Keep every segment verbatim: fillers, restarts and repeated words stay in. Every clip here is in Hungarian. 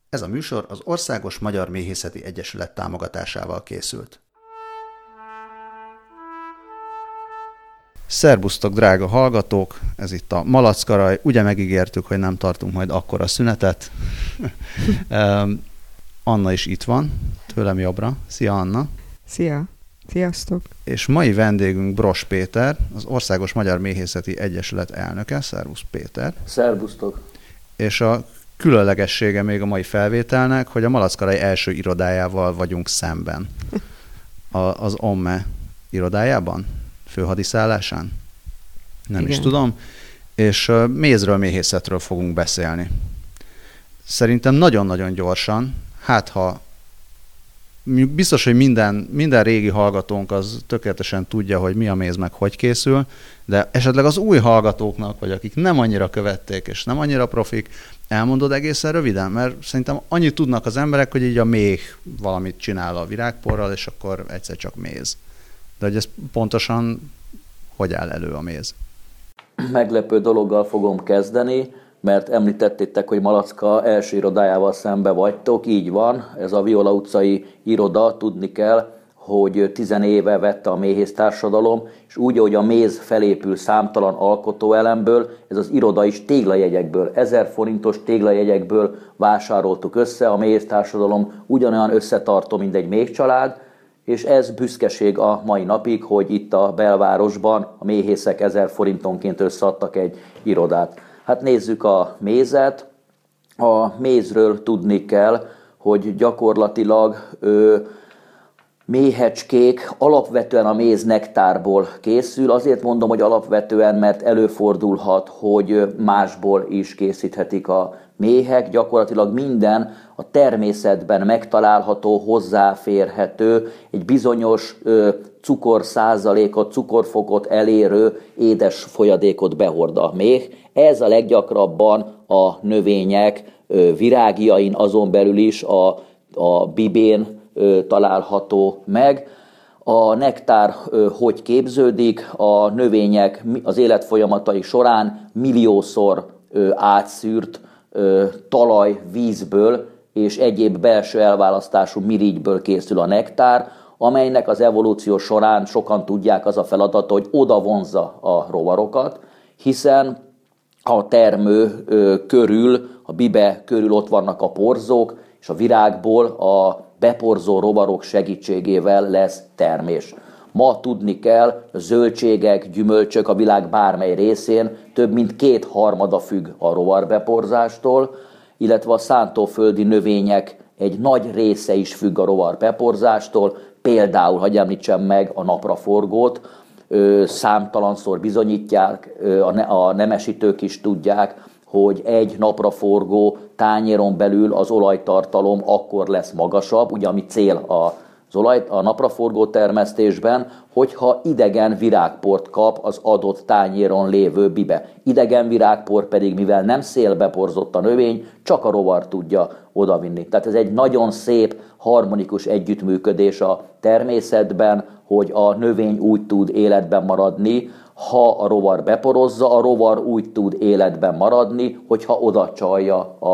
Ez a műsor az Országos Magyar Méhészeti Egyesület támogatásával készült. Szerbusztok, drága hallgatók! Ez itt a Malackaraj. Ugye megígértük, hogy nem tartunk majd akkora szünetet. Anna is itt van, tőlem jobbra. Szia, Anna! Szia! Sziasztok! És mai vendégünk Bross Péter, az Országos Magyar Méhészeti Egyesület elnöke. Szervusz, Péter! Szerbusztok! És a különlegessége még a mai felvételnek, hogy a Malackaraj első irodájával vagyunk szemben. A, az Omme irodájában? Főhadiszállásán? Nem Igen. is tudom. És uh, mézről, méhészetről fogunk beszélni. Szerintem nagyon-nagyon gyorsan, hát ha biztos, hogy minden, minden régi hallgatónk az tökéletesen tudja, hogy mi a méz, meg hogy készül, de esetleg az új hallgatóknak, vagy akik nem annyira követték, és nem annyira profik, elmondod egészen röviden? Mert szerintem annyit tudnak az emberek, hogy így a méh valamit csinál a virágporral, és akkor egyszer csak méz. De hogy ez pontosan hogy áll elő a méz? Meglepő dologgal fogom kezdeni, mert említettétek, hogy Malacka első irodájával szembe vagytok, így van, ez a Viola utcai iroda, tudni kell, hogy tizen éve vette a méhésztársadalom, és úgy, ahogy a méz felépül számtalan alkotóelemből, ez az iroda is téglajegyekből, ezer forintos téglajegyekből vásároltuk össze, a méhésztársadalom ugyanolyan összetartó, mint egy méhcsalád, és ez büszkeség a mai napig, hogy itt a belvárosban a méhészek ezer forintonként összeadtak egy irodát. Hát nézzük a mézet. A mézről tudni kell, hogy gyakorlatilag ö, méhecskék alapvetően a méz nektárból készül. Azért mondom, hogy alapvetően, mert előfordulhat, hogy másból is készíthetik a méhek. Gyakorlatilag minden a természetben megtalálható, hozzáférhető, egy bizonyos ö, cukor százalékot, cukorfokot elérő édes folyadékot behord a méh. Ez a leggyakrabban a növények ö, virágjain, azon belül is a, a bibén ö, található meg. A nektár ö, hogy képződik? A növények az életfolyamatai során milliószor ö, átszűrt ö, talaj, vízből és egyéb belső elválasztású mirigyből készül a nektár, amelynek az evolúció során sokan tudják, az a feladata, hogy oda vonzza a rovarokat, hiszen a termő ö, körül, a bibe körül ott vannak a porzók, és a virágból a beporzó rovarok segítségével lesz termés. Ma tudni kell, a zöldségek, gyümölcsök a világ bármely részén több mint kétharmada függ a rovarbeporzástól, illetve a szántóföldi növények egy nagy része is függ a rovarbeporzástól, például, hagyj említsem meg a napraforgót, ö, számtalanszor bizonyítják, ö, a, ne, a nemesítők is tudják, hogy egy napraforgó tányéron belül az olajtartalom akkor lesz magasabb, ugye ami cél a az olaj, a napraforgó termesztésben, hogyha idegen virágport kap az adott tányéron lévő bibe. Idegen virágpor pedig, mivel nem szélbe porzott a növény, csak a rovar tudja odavinni. Tehát ez egy nagyon szép, harmonikus együttműködés a természetben, hogy a növény úgy tud életben maradni, ha a rovar beporozza, a rovar úgy tud életben maradni, hogyha oda csalja a,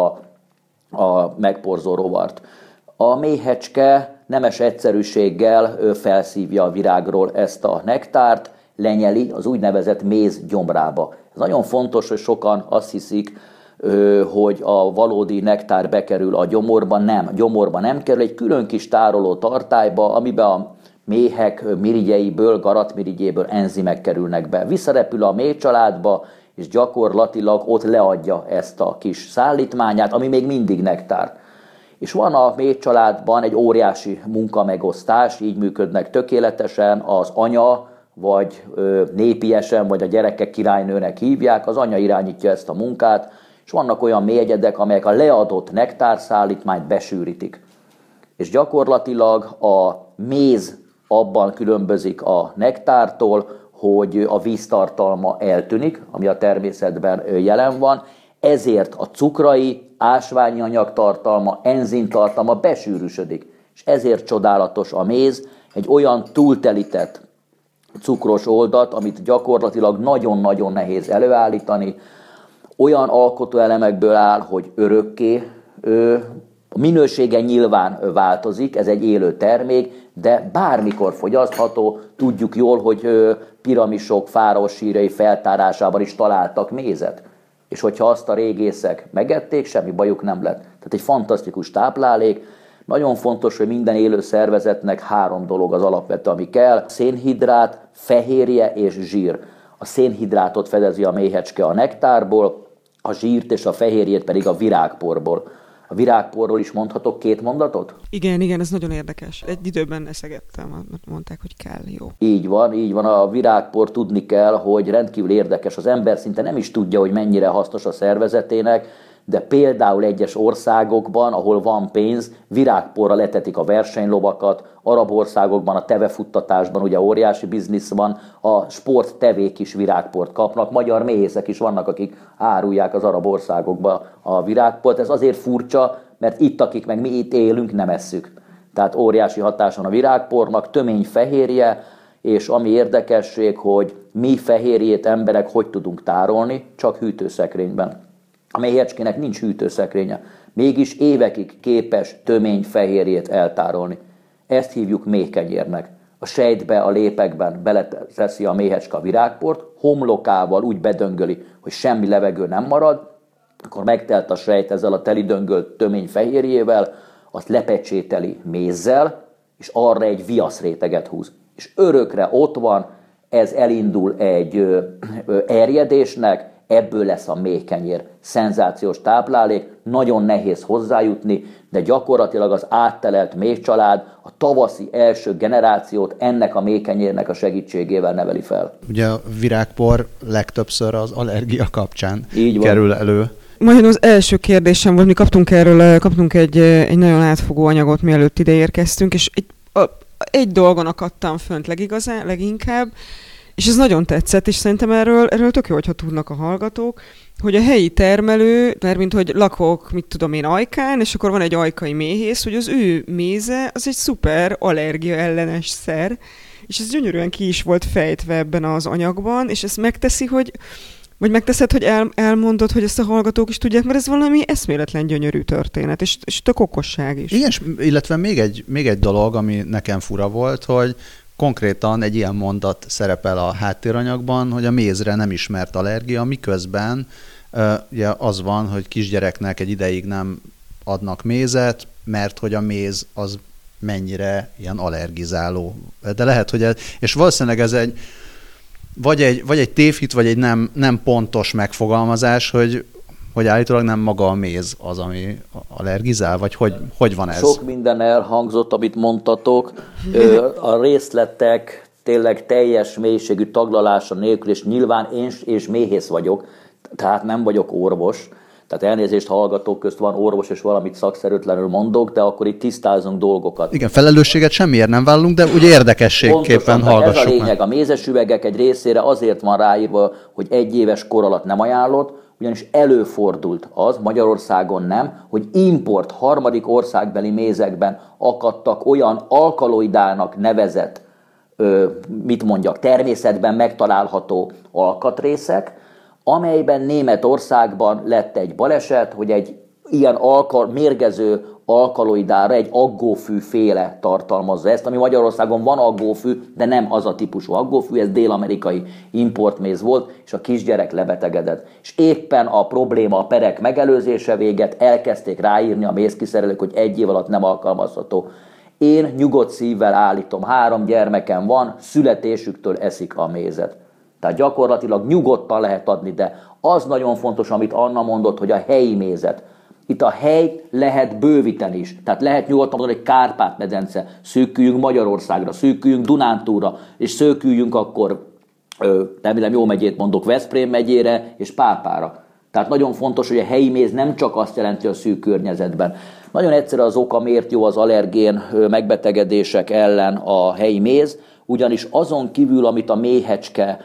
a megporzó rovart. A méhecske nemes egyszerűséggel felszívja a virágról ezt a nektárt, lenyeli az úgynevezett méz gyomrába. Ez nagyon fontos, hogy sokan azt hiszik, hogy a valódi nektár bekerül a gyomorba. Nem, gyomorba nem kerül, egy külön kis tároló tartályba, amiben a méhek mirigyeiből, garatmirigyéből enzimek kerülnek be. Visszarepül a méhcsaládba, és gyakorlatilag ott leadja ezt a kis szállítmányát, ami még mindig nektár. És van a méhcsaládban egy óriási munkamegosztás, így működnek tökéletesen, az anya, vagy ö, népiesen, vagy a gyerekek királynőnek hívják, az anya irányítja ezt a munkát, és vannak olyan méhegyedek, amelyek a leadott nektárszállítmányt besűrítik. És gyakorlatilag a méz abban különbözik a nektártól, hogy a víztartalma eltűnik, ami a természetben jelen van, ezért a cukrai, ásványi anyagtartalma, enzimtartalma besűrűsödik. És ezért csodálatos a méz, egy olyan túltelített cukros oldat, amit gyakorlatilag nagyon-nagyon nehéz előállítani, olyan alkotóelemekből áll, hogy örökké ö, minősége nyilván változik, ez egy élő termék, de bármikor fogyasztható. Tudjuk jól, hogy piramisok, fáraó sírjai feltárásában is találtak mézet. És hogyha azt a régészek megették, semmi bajuk nem lett. Tehát egy fantasztikus táplálék. Nagyon fontos, hogy minden élő szervezetnek három dolog az alapvető, ami kell. Szénhidrát, fehérje és zsír. A szénhidrátot fedezi a méhecske a nektárból, a zsírt és a fehérjét pedig a virágporból. A virágporról is mondhatok két mondatot? Igen, igen, ez nagyon érdekes. Egy időben eszegettem, mondták, hogy kell, jó. Így van, így van. A virágpor tudni kell, hogy rendkívül érdekes. Az ember szinte nem is tudja, hogy mennyire hasznos a szervezetének, de például egyes országokban, ahol van pénz, virágporra letetik a versenylovakat, arab országokban, a tevefuttatásban ugye óriási biznisz van, a sporttevék is virágport kapnak, magyar méhészek is vannak, akik árulják az arab országokban a virágport. Ez azért furcsa, mert itt, akik meg mi itt élünk, nem esszük. Tehát óriási hatás van a virágpornak, tömény fehérje, és ami érdekesség, hogy mi fehérjét emberek hogy tudunk tárolni, csak hűtőszekrényben. A méhecskének nincs hűtőszekrénye, mégis évekig képes tömény fehérjét eltárolni. Ezt hívjuk méhkenyérnek. A sejtbe, a lépekben beleteszi a méhecske a virágport, homlokával úgy bedöngöli, hogy semmi levegő nem marad, akkor megtelt a sejt ezzel a telidöngölt tömény fehérjével, azt lepecsételi mézzel, és arra egy viaszréteget húz. És örökre ott van, ez elindul egy ö, ö, erjedésnek, ebből lesz a méhkenyér. Szenzációs táplálék, nagyon nehéz hozzájutni, de gyakorlatilag az áttelelt méhcsalád a tavaszi első generációt ennek a méhkenyérnek a segítségével neveli fel. Ugye a virágpor legtöbbször az allergia kapcsán Így van. Kerül elő. Majd az első kérdésem volt, mi kaptunk erről kaptunk egy, egy nagyon átfogó anyagot, mielőtt ide érkeztünk, és egy, a, egy dolgon akadtam fönt legigazán, leginkább, és ez nagyon tetszett, és szerintem erről, erről tök jó, hogyha tudnak a hallgatók, hogy a helyi termelő, mert mint hogy lakok, mit tudom én, Ajkán, és akkor van egy ajkai méhész, hogy az ő méze az egy szuper allergia ellenes szer, és ez gyönyörűen ki is volt fejtve ebben az anyagban, és ezt megteszi, hogy vagy megteszed, hogy el, elmondod, hogy ezt a hallgatók is tudják, mert ez valami eszméletlen gyönyörű történet, és, és tök okosság is. Igen, illetve még egy, még egy dolog, ami nekem fura volt, hogy konkrétan egy ilyen mondat szerepel a háttéranyagban, hogy a mézre nem ismert allergia, miközben uh, ugye az van, hogy kisgyereknek egy ideig nem adnak mézet, mert hogy a méz az mennyire ilyen allergizáló. De lehet, hogy ez, és valószínűleg ez egy vagy egy, vagy egy tévhit, vagy egy nem, nem pontos megfogalmazás, hogy, hogy állítólag nem maga a méz az, ami allergizál, vagy hogy, hogy van ez? Sok minden elhangzott, amit mondtatok. A részletek tényleg teljes mélységű taglalása nélkül, és nyilván én és méhész vagyok, tehát nem vagyok orvos. Tehát elnézést, hallgatók közt van orvos, és valamit szakszerűtlenül mondok, de akkor itt tisztázunk dolgokat. Igen, felelősséget semmiért nem vállunk, de ugye érdekességképpen hallgassuk. Ez a lényeg. A mézes üvegek egy részére azért van ráírva, hogy egy éves kor alatt nem ajánlott, ugyanis előfordult az, Magyarországon nem, hogy import harmadik országbeli mézekben akadtak olyan alkaloidának nevezett, ö, mit mondjak, természetben megtalálható alkatrészek, amelyben Németországban lett egy baleset, hogy egy ilyen alkal, mérgező alkaloidára egy aggófű féle tartalmazza ezt, ami Magyarországon van aggófű, de nem az a típusú aggófű, ez dél-amerikai importméz volt, és a kisgyerek lebetegedett. És éppen a probléma, a perek megelőzése véget elkezdték ráírni a mézkiszerelők, hogy egy év alatt nem alkalmazható. Én nyugodt szívvel állítom, három gyermekem van, születésüktől eszik a mézet. Tehát gyakorlatilag nyugodtan lehet adni, de az nagyon fontos, amit Anna mondott, hogy a helyi mézet. Itt a hely lehet bővíteni is. Tehát lehet nyugodtan mondani, hogy Kárpát-medence, szűküljünk Magyarországra, szűküljünk Dunántúra, és szűküljünk akkor, remélem jó megyét mondok, Veszprém megyére és Pápára. Tehát nagyon fontos, hogy a helyi méz nem csak azt jelenti a szűk környezetben. Nagyon egyszerű az oka, miért jó az allergén megbetegedések ellen a helyi méz, ugyanis azon kívül, amit a méhecske,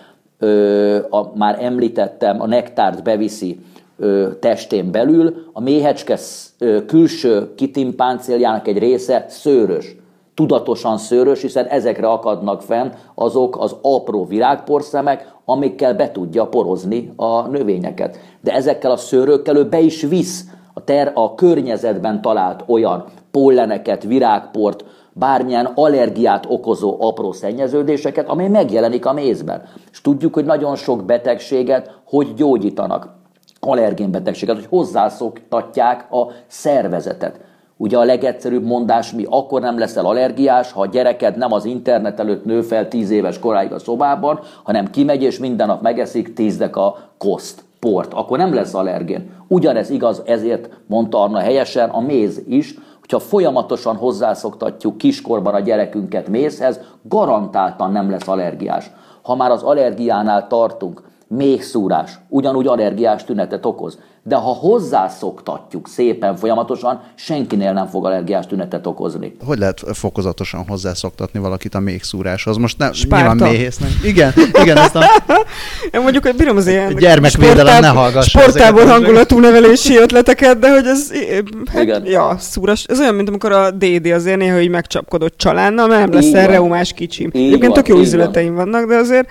a, már említettem, a nektárt beviszi testén belül, a méhecske külső kitimpáncéljának egy része szőrös. Tudatosan szőrös, hiszen ezekre akadnak fenn azok az apró virágporszemek, amikkel be tudja porozni a növényeket. De ezekkel a szőrökkel ő be is visz a, ter, a környezetben talált olyan polleneket, virágport, bármilyen allergiát okozó apró szennyeződéseket, amely megjelenik a mézben. És tudjuk, hogy nagyon sok betegséget hogy gyógyítanak, allergénbetegséget, hogy hozzászoktatják a szervezetet. Ugye a legegyszerűbb mondás mi, akkor nem leszel allergiás, ha a gyereked nem az internet előtt nő fel tíz éves koráig a szobában, hanem kimegy és minden nap megeszik tízdek a koszt, port, akkor nem lesz allergén. Ugyanez igaz, ezért mondta Anna helyesen, a méz is, hogyha folyamatosan hozzászoktatjuk kiskorban a gyerekünket mézhez, garantáltan nem lesz allergiás. Ha már az allergiánál tartunk, méhszúrás ugyanúgy allergiás tünetet okoz. De ha hozzászoktatjuk szépen, folyamatosan, senkinél nem fog allergiás tünetet okozni. Hogy lehet fokozatosan hozzászoktatni valakit a méhszúráshoz? Most nem, Spárta. Nyilván méhésznek. Igen, igen, ezt a... Én mondjuk, hogy bírom az ilyen gyermekvédelem ne hallgassa. Sportából hangulatú nevelési ötleteket, de hogy ez, hát, igen. Ja, szúrás. Ez olyan, mint amikor a Dédi azért néha így megcsapkodott csalánnal, mert nem lesz erre reumás kicsim. Egyébként tök jó üzleteim vannak, de azért,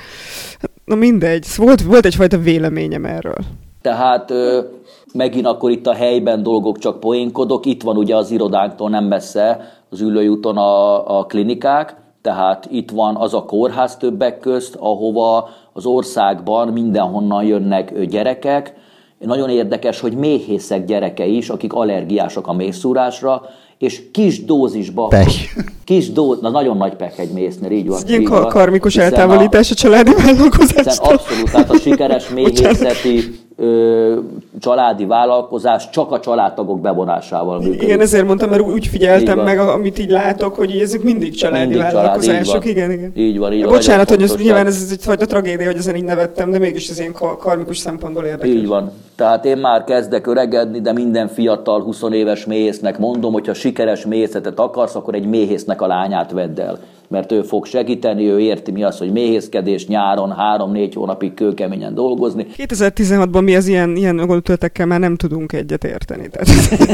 na mindegy, volt, volt egyfajta véleményem erről. Tehát ö, megint akkor itt a helyben dolgok, csak poénkodok. Itt van ugye az irodánktól nem messze az Üllői úton a, a klinikák, tehát itt van az a kórház többek közt, ahova az országban mindenhonnan jönnek gyerekek. Nagyon érdekes, hogy méhészek gyereke is, akik allergiások a méhszúrásra, és kis dózisba... Pech. Kis dóz, na nagyon nagy pech egy mésznél, így van. Ez ilyen kar- karmikus eltávolítás a, a családi vállalkozástól. Abszolút, tehát a sikeres méhészeti ö, családi vállalkozás csak a családtagok bevonásával működik. Igen, ezért mondtam, mert úgy figyeltem meg, amit így látok, hogy ezek mindig családi mindig vállalkozások. Család, igen, igen. Így van, így van. Bocsánat, hogy ez, nyilván ez egyfajta tragédia, hogy ezen így nevettem, de mégis ez ilyen karmikus szempontból érdekes. Így van. Tehát én már kezdek öregedni, de minden fiatal, húsz éves méhésznek mondom, hogyha sikeres méhészetet akarsz, akkor egy méhésznek a lányát vedd el. Mert ő fog segíteni, ő érti mi az, hogy méhészkedés nyáron három-négy hónapig kőkeményen dolgozni. kétezer-tizenhatban mi az ilyen, ilyen ötletekkel már nem tudunk egyet érteni. Tehát.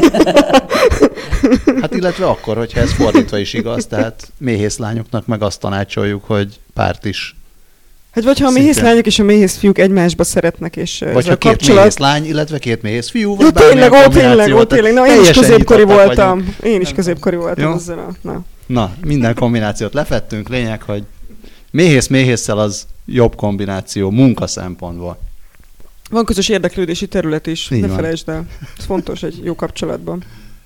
Hát illetve akkor, hogyha ez fordítva is igaz, tehát méhészlányoknak meg azt tanácsoljuk, hogy párt is. Hát vagy ha a méhészlányok és a méhészfiúk egymásba szeretnek, és vagy ha két kapcsolat... méhészlány, illetve két méhészfiú, vagy jó, tényleg, ó, tényleg, ó, tényleg. Na, én is középkori voltam. Vagyunk. Én is középkori voltam ezzel a... Na. Na, minden kombinációt lefettünk, lényeg, hogy méhész-méhésszel az jobb kombináció munka szempontból. Van közös érdeklődési terület is, így ne van. felejtsd el. Ez fontos egy jó kapcsolatban.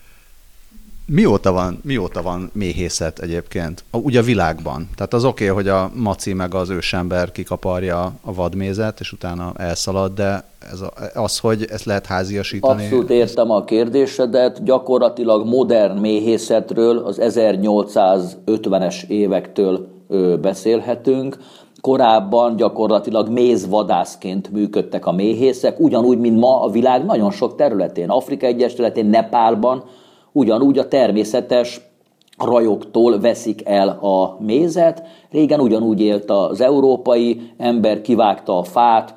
Mióta van, mióta van méhészet egyébként? Ugye a világban. Tehát az oké, okay, hogy a maci meg az ősember kikaparja a vadmézet, és utána elszalad, de ez a, az, hogy ezt lehet háziasítani... Abszolút értem a kérdésedet. Gyakorlatilag modern méhészetről az ezernyolcszázötvenes évektől ö, beszélhetünk. Korábban gyakorlatilag mézvadászként működtek a méhészek, ugyanúgy, mint ma a világ nagyon sok területén. Afrika egyes területén, Nepálban, ugyanúgy a természetes rajoktól veszik el a mézet. Régen ugyanúgy élt az európai ember, kivágta a fát,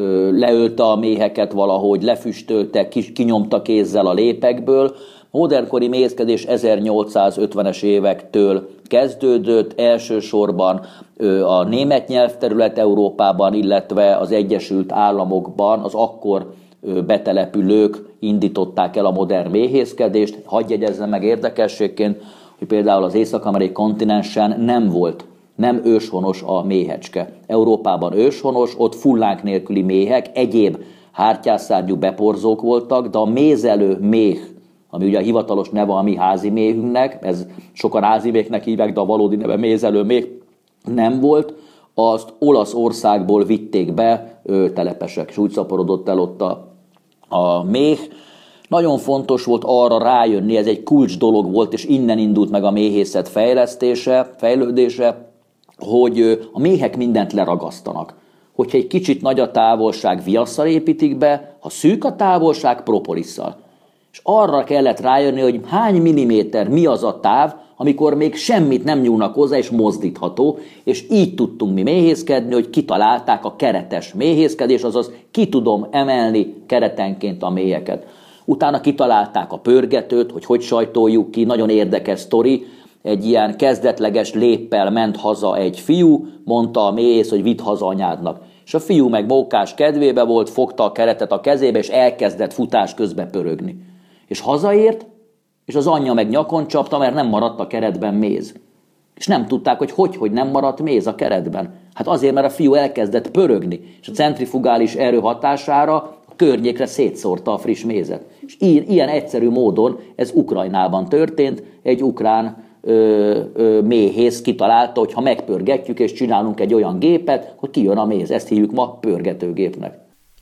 leölte a méheket valahogy, lefüstölte, kinyomta kézzel a lépekből. Modernkori méhészkedés ezernyolcszázötvenes évektől kezdődött, elsősorban a német nyelvterület Európában, illetve az Egyesült Államokban az akkor betelepülők indították el a modern méhészkedést. Hadd jegyezzem meg érdekességként, hogy például az észak-amerikai kontinensen nem volt, nem őshonos a méhecske. Európában őshonos, ott fullánk nélküli méhek, egyéb hártyásszárnyú beporzók voltak, de a mézelő méh, ami ugye a hivatalos neve a mi házi méhünknek, ez sokan házi méhnek hívják, de a valódi neve mézelő méh nem volt, azt Olaszországból vitték be ő, telepesek, és úgy szaporodott el ott a, a méh. Nagyon fontos volt arra rájönni, ez egy kulcs dolog volt, és innen indult meg a méhészet fejlesztése, fejlődése, hogy a méhek mindent leragasztanak. Hogyha egy kicsit nagy a távolság, viasszal építik be, ha szűk a távolság, propolisszal. És arra kellett rájönni, hogy hány milliméter, mi az a táv, amikor még semmit nem nyúlnak hozzá, és mozdítható, és így tudtunk mi méhészkedni, hogy kitalálták a keretes méhészkedés, azaz ki tudom emelni keretenként a méheket. Utána kitalálták a pörgetőt, hogy hogy sajtoljuk ki, nagyon érdekes sztori, egy ilyen kezdetleges léppel ment haza egy fiú, mondta a méhész, hogy vidd haza anyádnak. És a fiú meg mókás kedvébe volt, fogta a keretet a kezébe, és elkezdett futás közbe pörögni. És hazaért, és az anyja meg nyakon csapta, mert nem maradt a keretben méz. És nem tudták, hogy hogy, hogy nem maradt méz a keretben. Hát azért, mert a fiú elkezdett pörögni, és a centrifugális erő hatására a környékre szétszórta a friss mézet. És ilyen egyszerű módon ez Ukrajnában történt, egy ukrán ö, ö, méhész kitalálta, hogy ha megpörgetjük és csinálunk egy olyan gépet, hogy kijön a méz. Ezt hívjuk ma pörgetőgépnek.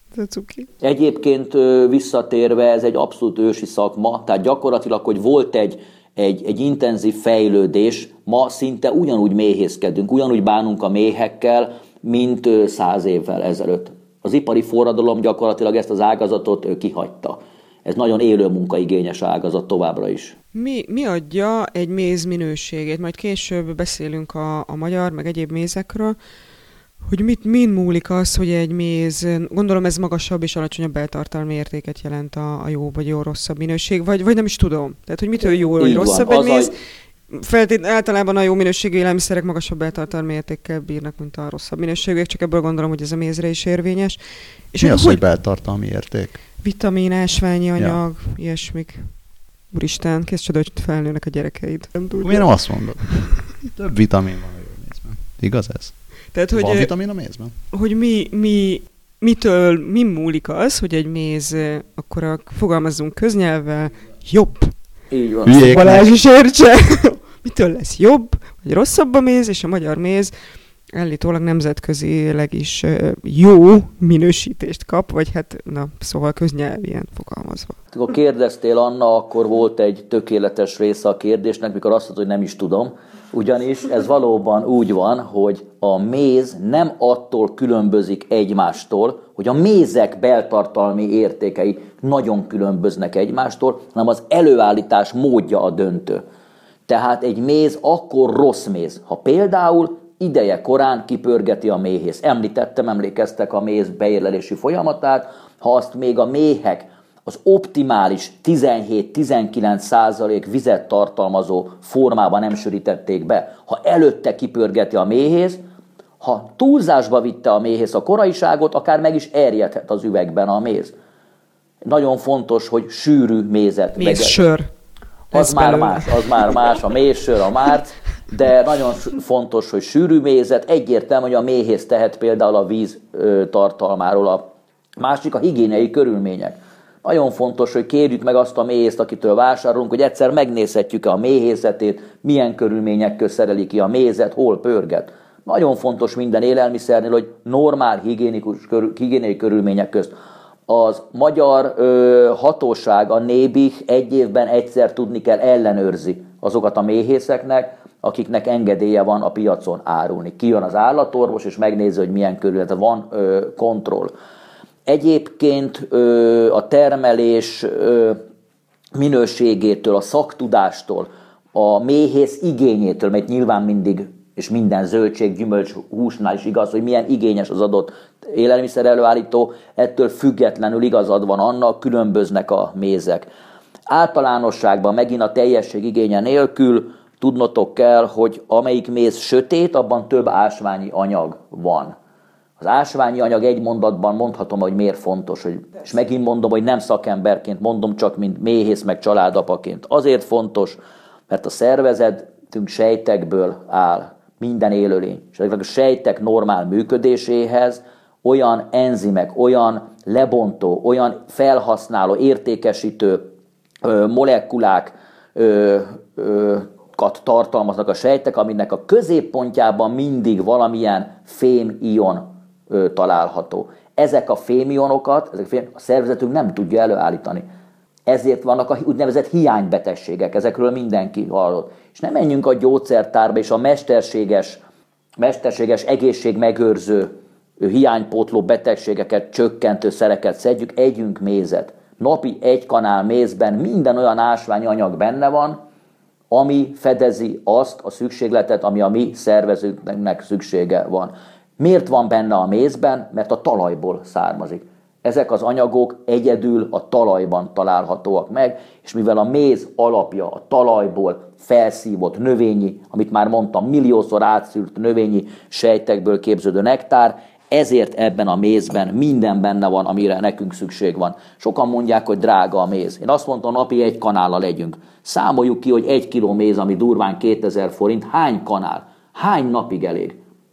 Egyébként visszatérve, ez egy abszolút ősi szakma, tehát gyakorlatilag, hogy volt egy, egy, egy intenzív fejlődés, ma szinte ugyanúgy méhészkedünk, ugyanúgy bánunk a méhekkel, mint száz évvel ezelőtt. Az ipari forradalom gyakorlatilag ezt az ágazatot kihagyta. Ez nagyon élő munkaigényes ágazat továbbra is. Mi, mi adja egy méz minőségét? Majd később beszélünk a, a magyar, meg egyéb mézekről, hogy mit, min múlik az, hogy egy méz, gondolom ez magasabb és alacsonyabb beltartalmi értéket jelent a, a jó vagy jó rosszabb minőség, vagy, vagy nem is tudom. Tehát, hogy mitől jó vagy rosszabb egy méz? Feltét, általában a jó minőségű élelmiszerek magasabb beltartalmi értékkel bírnak, mint a rosszabb minőségűek, csak ebből gondolom, hogy ez a mézre is érvényes. És mi az, hogy beltartalmi érték? Vitamin, ásványi anyag, ja. ilyesmik. Úristen, kész csoda, hogy felnőnek a gyerekeid. Nem miért nem azt mondod? Több vitamin van a jó mézben. Igaz ez? Tehát, hogy, van vitamin a mézben? Hogy mi, mi, mitől, mi múlik az, hogy egy méz, akkor a, fogalmazzunk köznyelvvel, jobb. Így van. Balázs is értse. Mitől lesz jobb, vagy rosszabb a méz, és a magyar méz állítólag nemzetközileg is jó minősítést kap, vagy hát, na, szóval köznyelvien fogalmazva. Amikor kérdeztél, Anna, akkor volt egy tökéletes része a kérdésnek, mikor azt mondta, hogy nem is tudom. Ugyanis ez valóban úgy van, hogy a méz nem attól különbözik egymástól, hogy a mézek beltartalmi értékei nagyon különböznek egymástól, hanem az előállítás módja a döntő. Tehát egy méz akkor rossz méz, ha például ideje korán kipörgeti a méhész. Említettem, emlékeztek a méz beérlelési folyamatát, ha azt még a méhek az optimális tizenhét-tizenkilenc százalék vizet tartalmazó formában nem sűrítették be, ha előtte kipörgeti a méhész, ha túlzásba vitte a méhész a koraiságot, akár meg is erjedhet az üvegben a méz. Nagyon fontos, hogy sűrű mézet. Mézsör. Az már belőle. más, az már más, a mézsör, a márc, de nagyon fontos, hogy sűrű mézet, egyértelmű, hogy a méhész tehet például a víz tartalmáról. A másik a higiéniai körülmények. Nagyon fontos, hogy kérjük meg azt a méhészt, akitől vásárolunk, hogy egyszer megnézhetjük a méhészetét, milyen körülmények közt szereli ki a mézet, hol pörget. Nagyon fontos minden élelmiszernél, hogy normál higiénikus, higiéniai körülmények közt. Az magyar ö, hatóság, a Nébih egy évben egyszer tudni kell ellenőrzi azokat a méhészeknek, akiknek engedélye van a piacon árulni. Kijön az állatorvos, és megnézi, hogy milyen körülmények, van ö, kontroll. Egyébként ö, a termelés ö, minőségétől, a szaktudástól, a méhész igényétől, mert nyilván mindig, és minden zöldség, gyümölcs, húsnál is igaz, hogy milyen igényes az adott élelmiszer előállító, ettől függetlenül igazad van annak, különböznek a mézek. Általánosságban megint a teljesség igénye nélkül tudnotok kell, hogy amelyik méz sötét, abban több ásványi anyag van. Az ásványi anyag egy mondatban mondhatom, hogy miért fontos, hogy, és megint mondom, hogy nem szakemberként, mondom csak, mint méhész, meg családapaként. Azért fontos, mert a szervezetünk sejtekből áll, minden élőlény. És a sejtek normál működéséhez olyan enzimek, olyan lebontó, olyan felhasználó, értékesítő ö, molekulák, ö, ö, tartalmaznak a sejtek, aminek a középpontjában mindig valamilyen fémion ö, található. Ezek a fémionokat ezek a, fém, a szervezetünk nem tudja előállítani. Ezért vannak a úgynevezett hiánybetegségek, ezekről mindenki hallott. És nem menjünk a gyógyszertárba és a mesterséges, mesterséges egészségmegőrző, hiánypótló betegségeket, csökkentő szereket szedjük, együnk mézet. Napi egy kanál mézben minden olyan ásványi anyag benne van, ami fedezi azt a szükségletet, ami a mi szervezetünknek szüksége van. Miért van benne a mézben? Mert a talajból származik. Ezek az anyagok egyedül a talajban találhatóak meg, és mivel a méz alapja a talajból felszívott növényi, amit már mondtam, milliószor átszűrt növényi sejtekből képződő nektár, Ezért ebben a mézben minden benne van, amire nekünk szükség van. Sokan mondják, hogy drága a méz. Én azt mondtam, napi egy kanállal legyünk. Számoljuk ki, hogy egy kiló méz, ami durván kétezer forint, hány kanál, hány napig elég.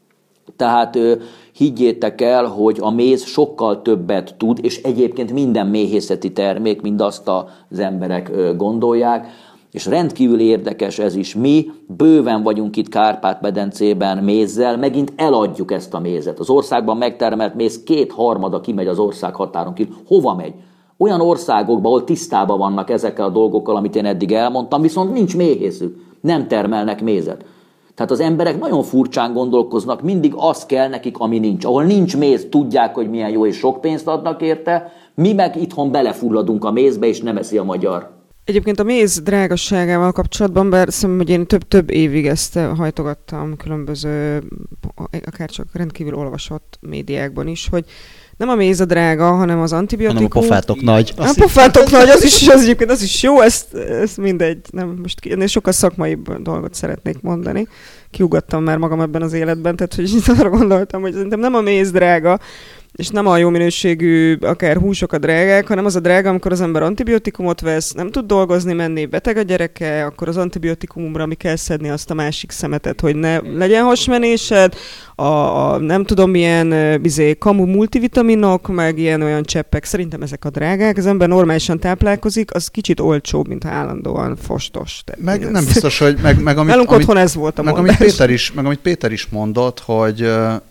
Tehát higgyétek el, hogy a méz sokkal többet tud, és egyébként minden méhészeti termék, mind azt az emberek gondolják, és rendkívül érdekes ez is. Mi bőven vagyunk itt Kárpát-medencében mézzel, megint eladjuk ezt a mézet. Az országban megtermelt méz kétharmada kimegy az ország határon kívül. Hova megy? Olyan országokba, ahol tisztában vannak ezekkel a dolgokkal, amit én eddig elmondtam, viszont nincs méhészük, nem termelnek mézet. Tehát az emberek nagyon furcsán gondolkoznak, mindig az kell nekik, ami nincs. Ahol nincs méz, tudják, hogy milyen jó, és sok pénzt adnak érte, mi meg itthon belefulladunk a mézbe, és nem eszi a magyar. Egyébként a méz drágasságával kapcsolatban, bár szerintem, hogy én több-több évig ezt hajtogattam különböző, akár csak rendkívül olvasott médiákban is, hogy nem a méz a drága, hanem az antibiotikum. Hanem a pofátok nagy. A pofátok nagy, az is, az, egyébként az is jó, ezt, ezt mindegy. Nem, most ennél sokkal szakmaibb dolgot szeretnék mondani. Kiugattam már magam ebben az életben, tehát hogy arra gondoltam, hogy szerintem nem a méz drága, és nem a jó minőségű, akár húsok a drágák, hanem az a drága, amikor az ember antibiotikumot vesz, nem tud dolgozni, menni, beteg a gyereke, akkor az antibiotikumra, ami kell szedni azt a másik szemetet, hogy ne legyen hasmenésed, a, a nem tudom milyen bizé, kamu multivitaminok, meg ilyen olyan cseppek, szerintem ezek a drágák, az ember normálisan táplálkozik, az kicsit olcsóbb, mint ha állandóan fostos. Meg ez... nem biztos, hogy meg, meg amit, Nálunk otthon ez volt a meg amit, Péter is, meg amit Péter is mondott, hogy,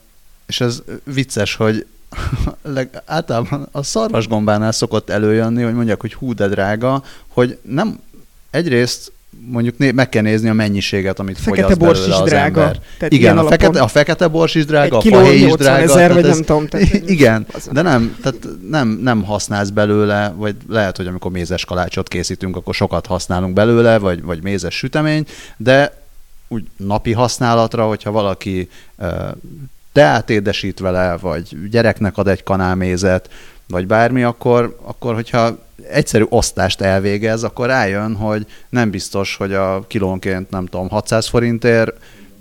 és ez vicces, hogy leg, általában a szarvasgombánál szokott előjönni, hogy mondják, hogy hú, de drága, hogy nem egyrészt mondjuk né, meg kell nézni a mennyiséget, amit fekete fogyaszt belőle az drága. ember. Igen, a fekete, a fekete bors is drága, a fahé is drága. Ezer, vagy ez, nem tudom, tehát, igen, de nem, tehát nem, nem használsz belőle, vagy lehet, hogy amikor mézes kalácsot készítünk, akkor sokat használunk belőle, vagy, vagy mézes sütemény, de úgy napi használatra, hogyha valaki uh, teát édesít vele, vagy gyereknek ad egy kanál mézet, vagy bármi, akkor, akkor hogyha egyszerű osztást elvégez, akkor rájön, hogy nem biztos, hogy a kilónként, nem tudom, hatszáz forintért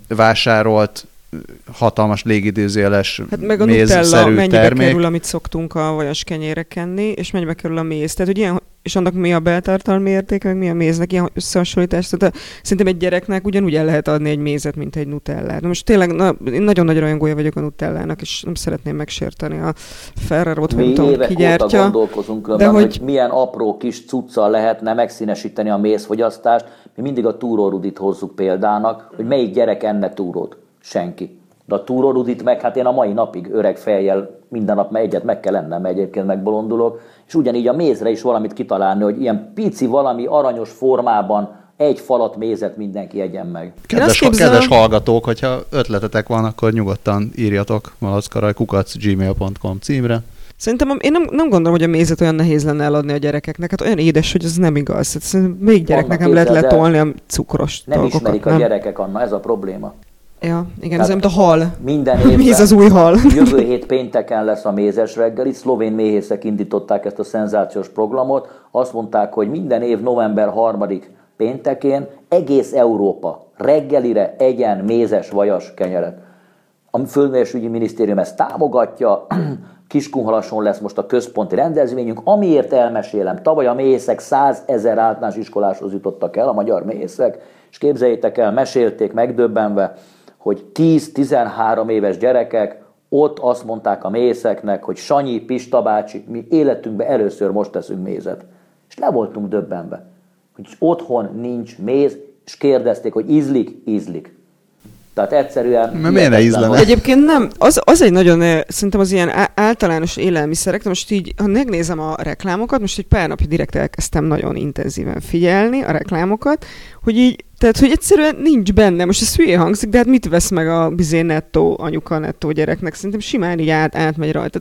vásárolt hatalmas légidőzéles hát meg a mézszerű Nutella mennyibe termék. kerül, amit szoktunk a vajas kenyérre kenni, és mennyibe kerül a méz. Tehát, hogy ilyen, és annak mi a beltartalmi érték, meg mi a méznek, ilyen összehasonlítás. Tehát szerintem egy gyereknek ugyanúgy el lehet adni egy mézet, mint egy nutellát. Na most tényleg na, én nagyon nagy rajongója vagyok a nutellának, és nem szeretném megsérteni a Ferrero-t, vagy nem tudom, ki gyártja. Mi évek óta gondolkozunk különben, hogy... hogy milyen apró kis cuccal lehetne megszínesíteni a mézfogyasztást. Mi mindig a túrórudit hozzuk példának, hogy melyik gyerek enne túrót. Senki. De a túrórudit meg, hát én a mai napig öreg fejjel minden nap egyet meg kell ennem, egyébként megbolondulok, és ugyanígy a mézre is valamit kitalálni, hogy ilyen pici valami aranyos formában egy falat mézet mindenki egyen meg. Kedves, képzelem... kedves hallgatók, hogyha ötletetek van, akkor nyugodtan írjatok malackaraj kukac gmail pont com címre. Szerintem én nem, nem gondolom, hogy a mézet olyan nehéz lenne eladni a gyerekeknek. Hát olyan édes, hogy ez nem igaz. Hát, még gyereknek nem lehet letolni a cukros nem dolgokat. Ismerik a gyerekek, Anna, ez a probléma. Ja, igen, ez mint a hal. Minden évben, méz az új hal. Jövő hét pénteken lesz a mézes reggeli. Szlovén méhészek indították ezt a szenzációs programot. Azt mondták, hogy minden év november harmadika péntekén egész Európa reggelire egyen mézes vajas kenyeret. A Földművelésügyi Minisztérium ezt támogatja. Kiskunhalason lesz most a központi rendezvényünk, amiért elmesélem. Tavaly a méhészek százezer általános iskoláshoz jutottak el, a magyar méhészek, és képzeljétek el, mesélték megdöbbenve, hogy tíz-tizenhárom éves gyerekek ott azt mondták a méhészeknek, hogy Sanyi, Pista bácsi, mi életünkben először most teszünk mézet. És le voltunk döbbenve, hogy otthon nincs méz, és kérdezték, hogy ízlik, ízlik. Tehát egyszerűen... Miért ne ízlene? Egyébként nem, az, az egy nagyon, szerintem az ilyen általános élelmiszerek, de most így, ha megnézem a reklámokat, most egy pár napja direkt elkezdtem nagyon intenzíven figyelni a reklámokat, hogy így, tehát, hogy egyszerűen nincs benne, most ez hülye hangzik, de hát mit vesz meg a bizé nettó anyuka, nettó gyereknek? Szerintem simán így át, átmegy rajta.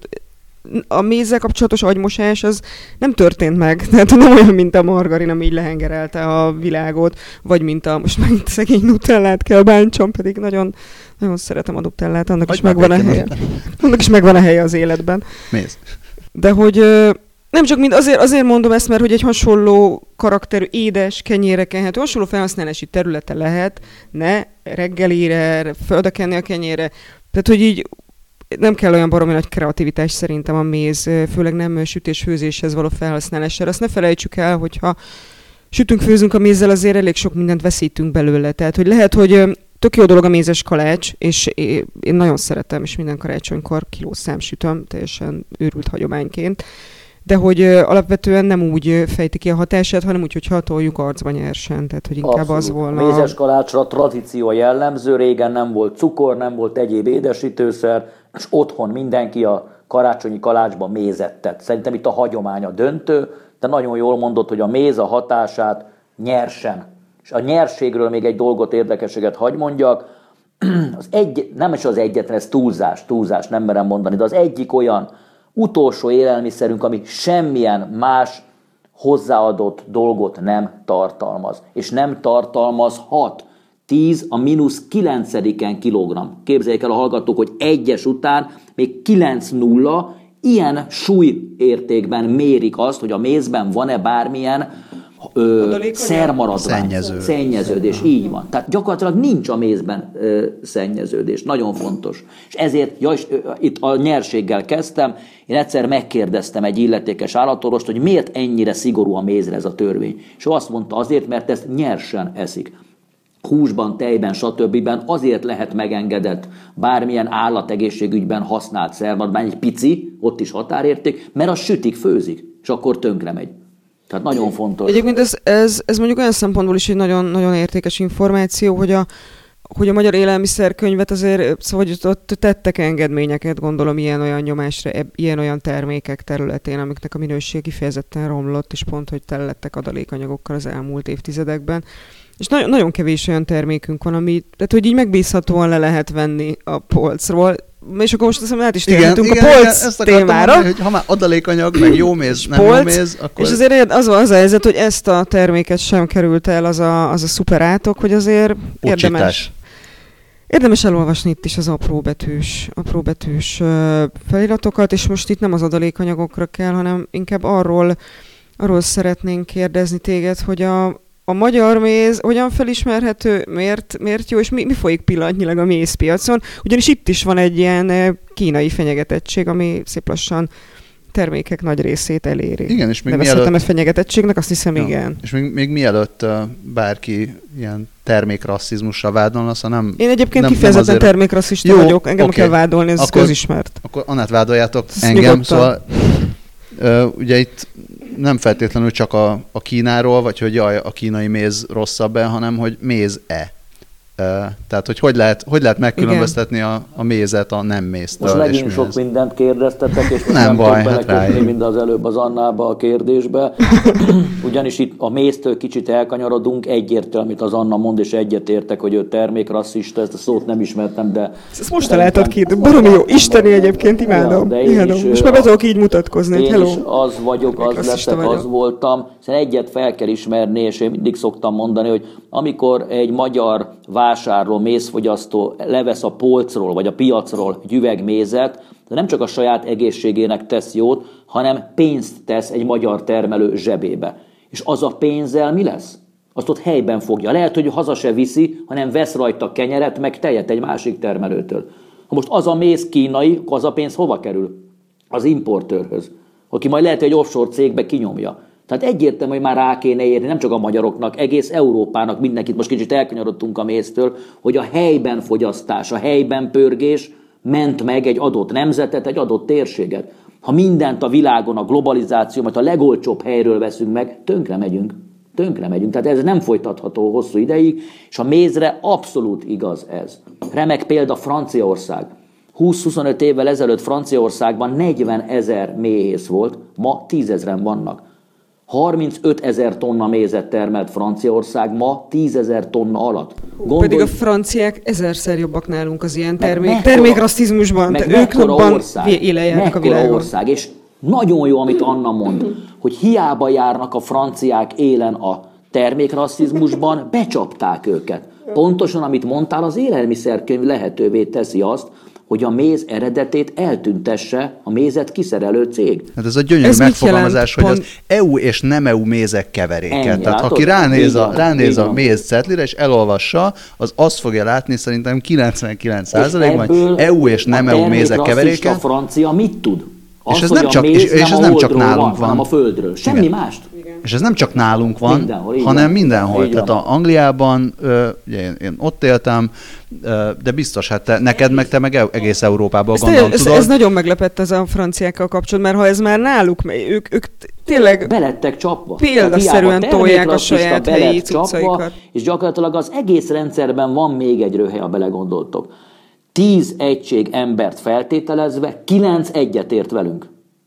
A mézzel kapcsolatos agymosás az nem történt meg, tehát nem olyan, mint a margarin, ami így lehengerelte a világot, vagy mint a, most megint szegény nutellát kell bántsom, pedig nagyon, nagyon szeretem a nutellát, annak is megvan a helye. Annak is megvan a helye az életben. Méz. De hogy nem csak mind, azért, azért mondom ezt, mert hogy egy hasonló karakterű, édes, kenyérre kenhető, hasonló felhasználási területe lehet, ne reggelire, földre kenni a kenyérre. Tehát, hogy így nem kell olyan baromi nagy kreativitás szerintem a méz, főleg nem sütés-főzéshez való felhasználására. Azt ne felejtsük el, hogyha sütünk, főzünk a mézzel, azért elég sok mindent veszítünk belőle. Tehát, hogy lehet, hogy tök jó dolog a mézes kalács, és én nagyon szeretem, és minden karácsonykor kilószám sütöm, teljesen őrült hagyományként. De hogy alapvetően nem úgy fejti ki a hatását, hanem úgy, hogy hatoljuk arcba nyersen. Tehát, hogy inkább Abszolút. Az volna... A mézes kalácsra tradíció jellemző, régen nem volt cukor, nem volt egyéb édesítőszer, és otthon mindenki a karácsonyi kalácsban mézet tett. Szerintem itt a hagyomány a döntő, de nagyon jól mondod, hogy a méz a hatását nyersen. És a nyerségről még egy dolgot, érdekességet hagy mondjak. Az egy, nem is az egyetlen, ez túlzás, túlzás, nem merem mondani, de az egyik olyan utolsó élelmiszerünk, ami semmilyen más hozzáadott dolgot nem tartalmaz. És nem tartalmazhat. tíz a mínusz kilencediken kilogramm. Képzeljék el a hallgatók, hogy egyes után még kilenc nulla, ilyen súlyértékben mérik azt, hogy a mézben van-e bármilyen ö, szermaradvány, Szennyező. szennyeződés. Így van. Tehát gyakorlatilag nincs a mézben ö, szennyeződés. Nagyon fontos. És ezért, ja, és, ö, itt a nyerséggel kezdtem, én egyszer megkérdeztem egy illetékes állatorvost, hogy miért ennyire szigorú a mézre ez a törvény. És ő azt mondta, azért, mert ezt nyersen eszik. Húsban, tejben, stb. Azért lehet megengedett bármilyen állategészségügyben használt szermaradvány, egy pici, ott is határérték, mert az sütik, főzik, és akkor tönkre megy. Tehát nagyon fontos. Egyébként ez, ez, ez mondjuk olyan szempontból is egy nagyon, nagyon értékes információ, hogy a, hogy a magyar élelmiszerkönyvet azért, szóval hogy ott tettek engedményeket, gondolom, ilyen-olyan nyomásra, ilyen-olyan termékek területén, amiknek a minőség kifejezetten romlott, és pont, hogy tele lettek adalékanyagokkal az elmúlt évtizedekben. És nagyon, nagyon kevés olyan termékünk van, ami, tehát hogy így megbízhatóan le lehet venni a polcról, és akkor most azt mondom, át is térhetünk a polc témára. Mondani, hogy ha már adalékanyag, meg jó méz, nem polc, jó méz, akkor... És azért az, az a helyzet, hogy ezt a terméket sem került el az a, az a szuperátok, hogy azért Pucsítás. érdemes... Érdemes elolvasni itt is az apróbetűs, apróbetűs feliratokat, és most itt nem az adalékanyagokra kell, hanem inkább arról, arról szeretnénk kérdezni téged, hogy a A magyar méz hogyan felismerhető, miért, miért jó, és mi, mi folyik pillanatnyilag a mézpiacon? Ugyanis itt is van egy ilyen kínai fenyegetettség, ami szép lassan termékek nagy részét eléri. Igen, és még Nevezhetem mielőtt... ezt fenyegetettségnek, azt hiszem, ja. igen. És még, még mielőtt uh, bárki ilyen termékrasszizmusra vádolna, szóval nem... Én egyébként nem, kifejezetten nem azért... termékrasszista jó, vagyok, engem okay. kell vádolni, ez akkor, közismert. Akkor Annát vádoljátok ez engem, nyugodtan. Szóval uh, ugye itt nem feltétlenül csak a, a Kínáról, vagy hogy jaj, a kínai méz rosszabb-e, hanem hogy méz-e. Uh, tehát, hogy hogy lehet, hogy lehet megkülönböztetni a, a mézet a nem méztől. Most megint sok ez... mindent kérdeztetek, és nem, nem baj, tudok hát belekötni, mint az előbb az Annába a kérdésbe. Ugyanis itt a méztől kicsit elkanyarodunk, egyértelmű, amit az Anna mond, és egyetértek, hogy ő termékrasszista, ezt a szót nem ismertem, de... Ezt most találtad ki, baromi jó, isteni egyébként, imádom. Ja, imádom. Is, most már be tudok így mutatkozni. Én hello. is az vagyok, az leszek, vagyok. az voltam. Szóval egyet fel kell ismerni, és én mindig szoktam mondani, hogy amikor egy magyar vásárló, mézfogyasztó levesz a polcról, vagy a piacról egy üveg mézet, de nem csak a saját egészségének tesz jót, hanem pénzt tesz egy magyar termelő zsebébe. És az a pénzzel mi lesz? Azt ott helyben fogja. Lehet, hogy haza se viszi, hanem vesz rajta kenyeret, meg tejet egy másik termelőtől. Ha most az a méz kínai, az a pénz hova kerül? Az importőrhöz, aki majd lehet, hogy egy offshore cégbe kinyomja. Tehát egyértelmű, hogy már rá kéne érni, nem csak a magyaroknak, egész Európának, mindenkit, most kicsit elkanyarodtunk a méztől, hogy a helyben fogyasztás, a helyben pörgés ment meg egy adott nemzetet, egy adott térséget. Ha mindent a világon, a globalizáció, mert a legolcsóbb helyről veszünk meg, tönkre megyünk. Tönkre megyünk. Tehát ez nem folytatható hosszú ideig, és a mézre abszolút igaz ez. Remek példa Franciaország. húsz-huszonöt évvel ezelőtt Franciaországban negyven ezer méhész volt, ma tízezren vannak. harmincöt ezer tonna mézet termelt Franciaország, ma tízezer tonna alatt. Gondolj, pedig a franciák ezerszer jobbak nálunk az ilyen termék, termékrasszizmusban. Meg ők jobban éle járnak a világon. Ország, és nagyon jó, amit Anna mond, hogy hiába járnak a franciák élen a termékrasszizmusban, becsapták őket. Pontosan, amit mondtál, az élelmiszerkönyv lehetővé teszi azt, hogy a méz eredetét eltüntesse a mézet kiszerelő cég. Hát ez a gyönyörű ez megfogalmazás, hogy az é u és nem é u mézek keveréke. Ennyi, Tehát látod? Aki ránéz a, ránéz a méz cetlire és elolvassa, az azt fogja látni szerintem kilencvenkilenc százalékban, hogy é u és nem é u mézek keveréke. A francia mit tud? Az, és ez nem csak, és, és ez nem csak nálunk van, van. a földről. Semmi igen. mást. Igen. És ez nem csak nálunk van, mindenhol, hanem van. mindenhol. Így Tehát van. a Angliában, ugye én, én ott éltem, de biztos, hát te, neked meg te meg egész Európában gondolom, ez, tudod. Ez nagyon meglepett ez a franciákkal kapcsolatban, mert ha ez már náluk, ők, ők tényleg belettek csapva. Példaszerűen tolják a saját helyi cuccaikat. És gyakorlatilag az egész rendszerben van még egy röhely, ha belegondoltok. Tíz egység embert feltételezve, kilenc egyet ért velünk.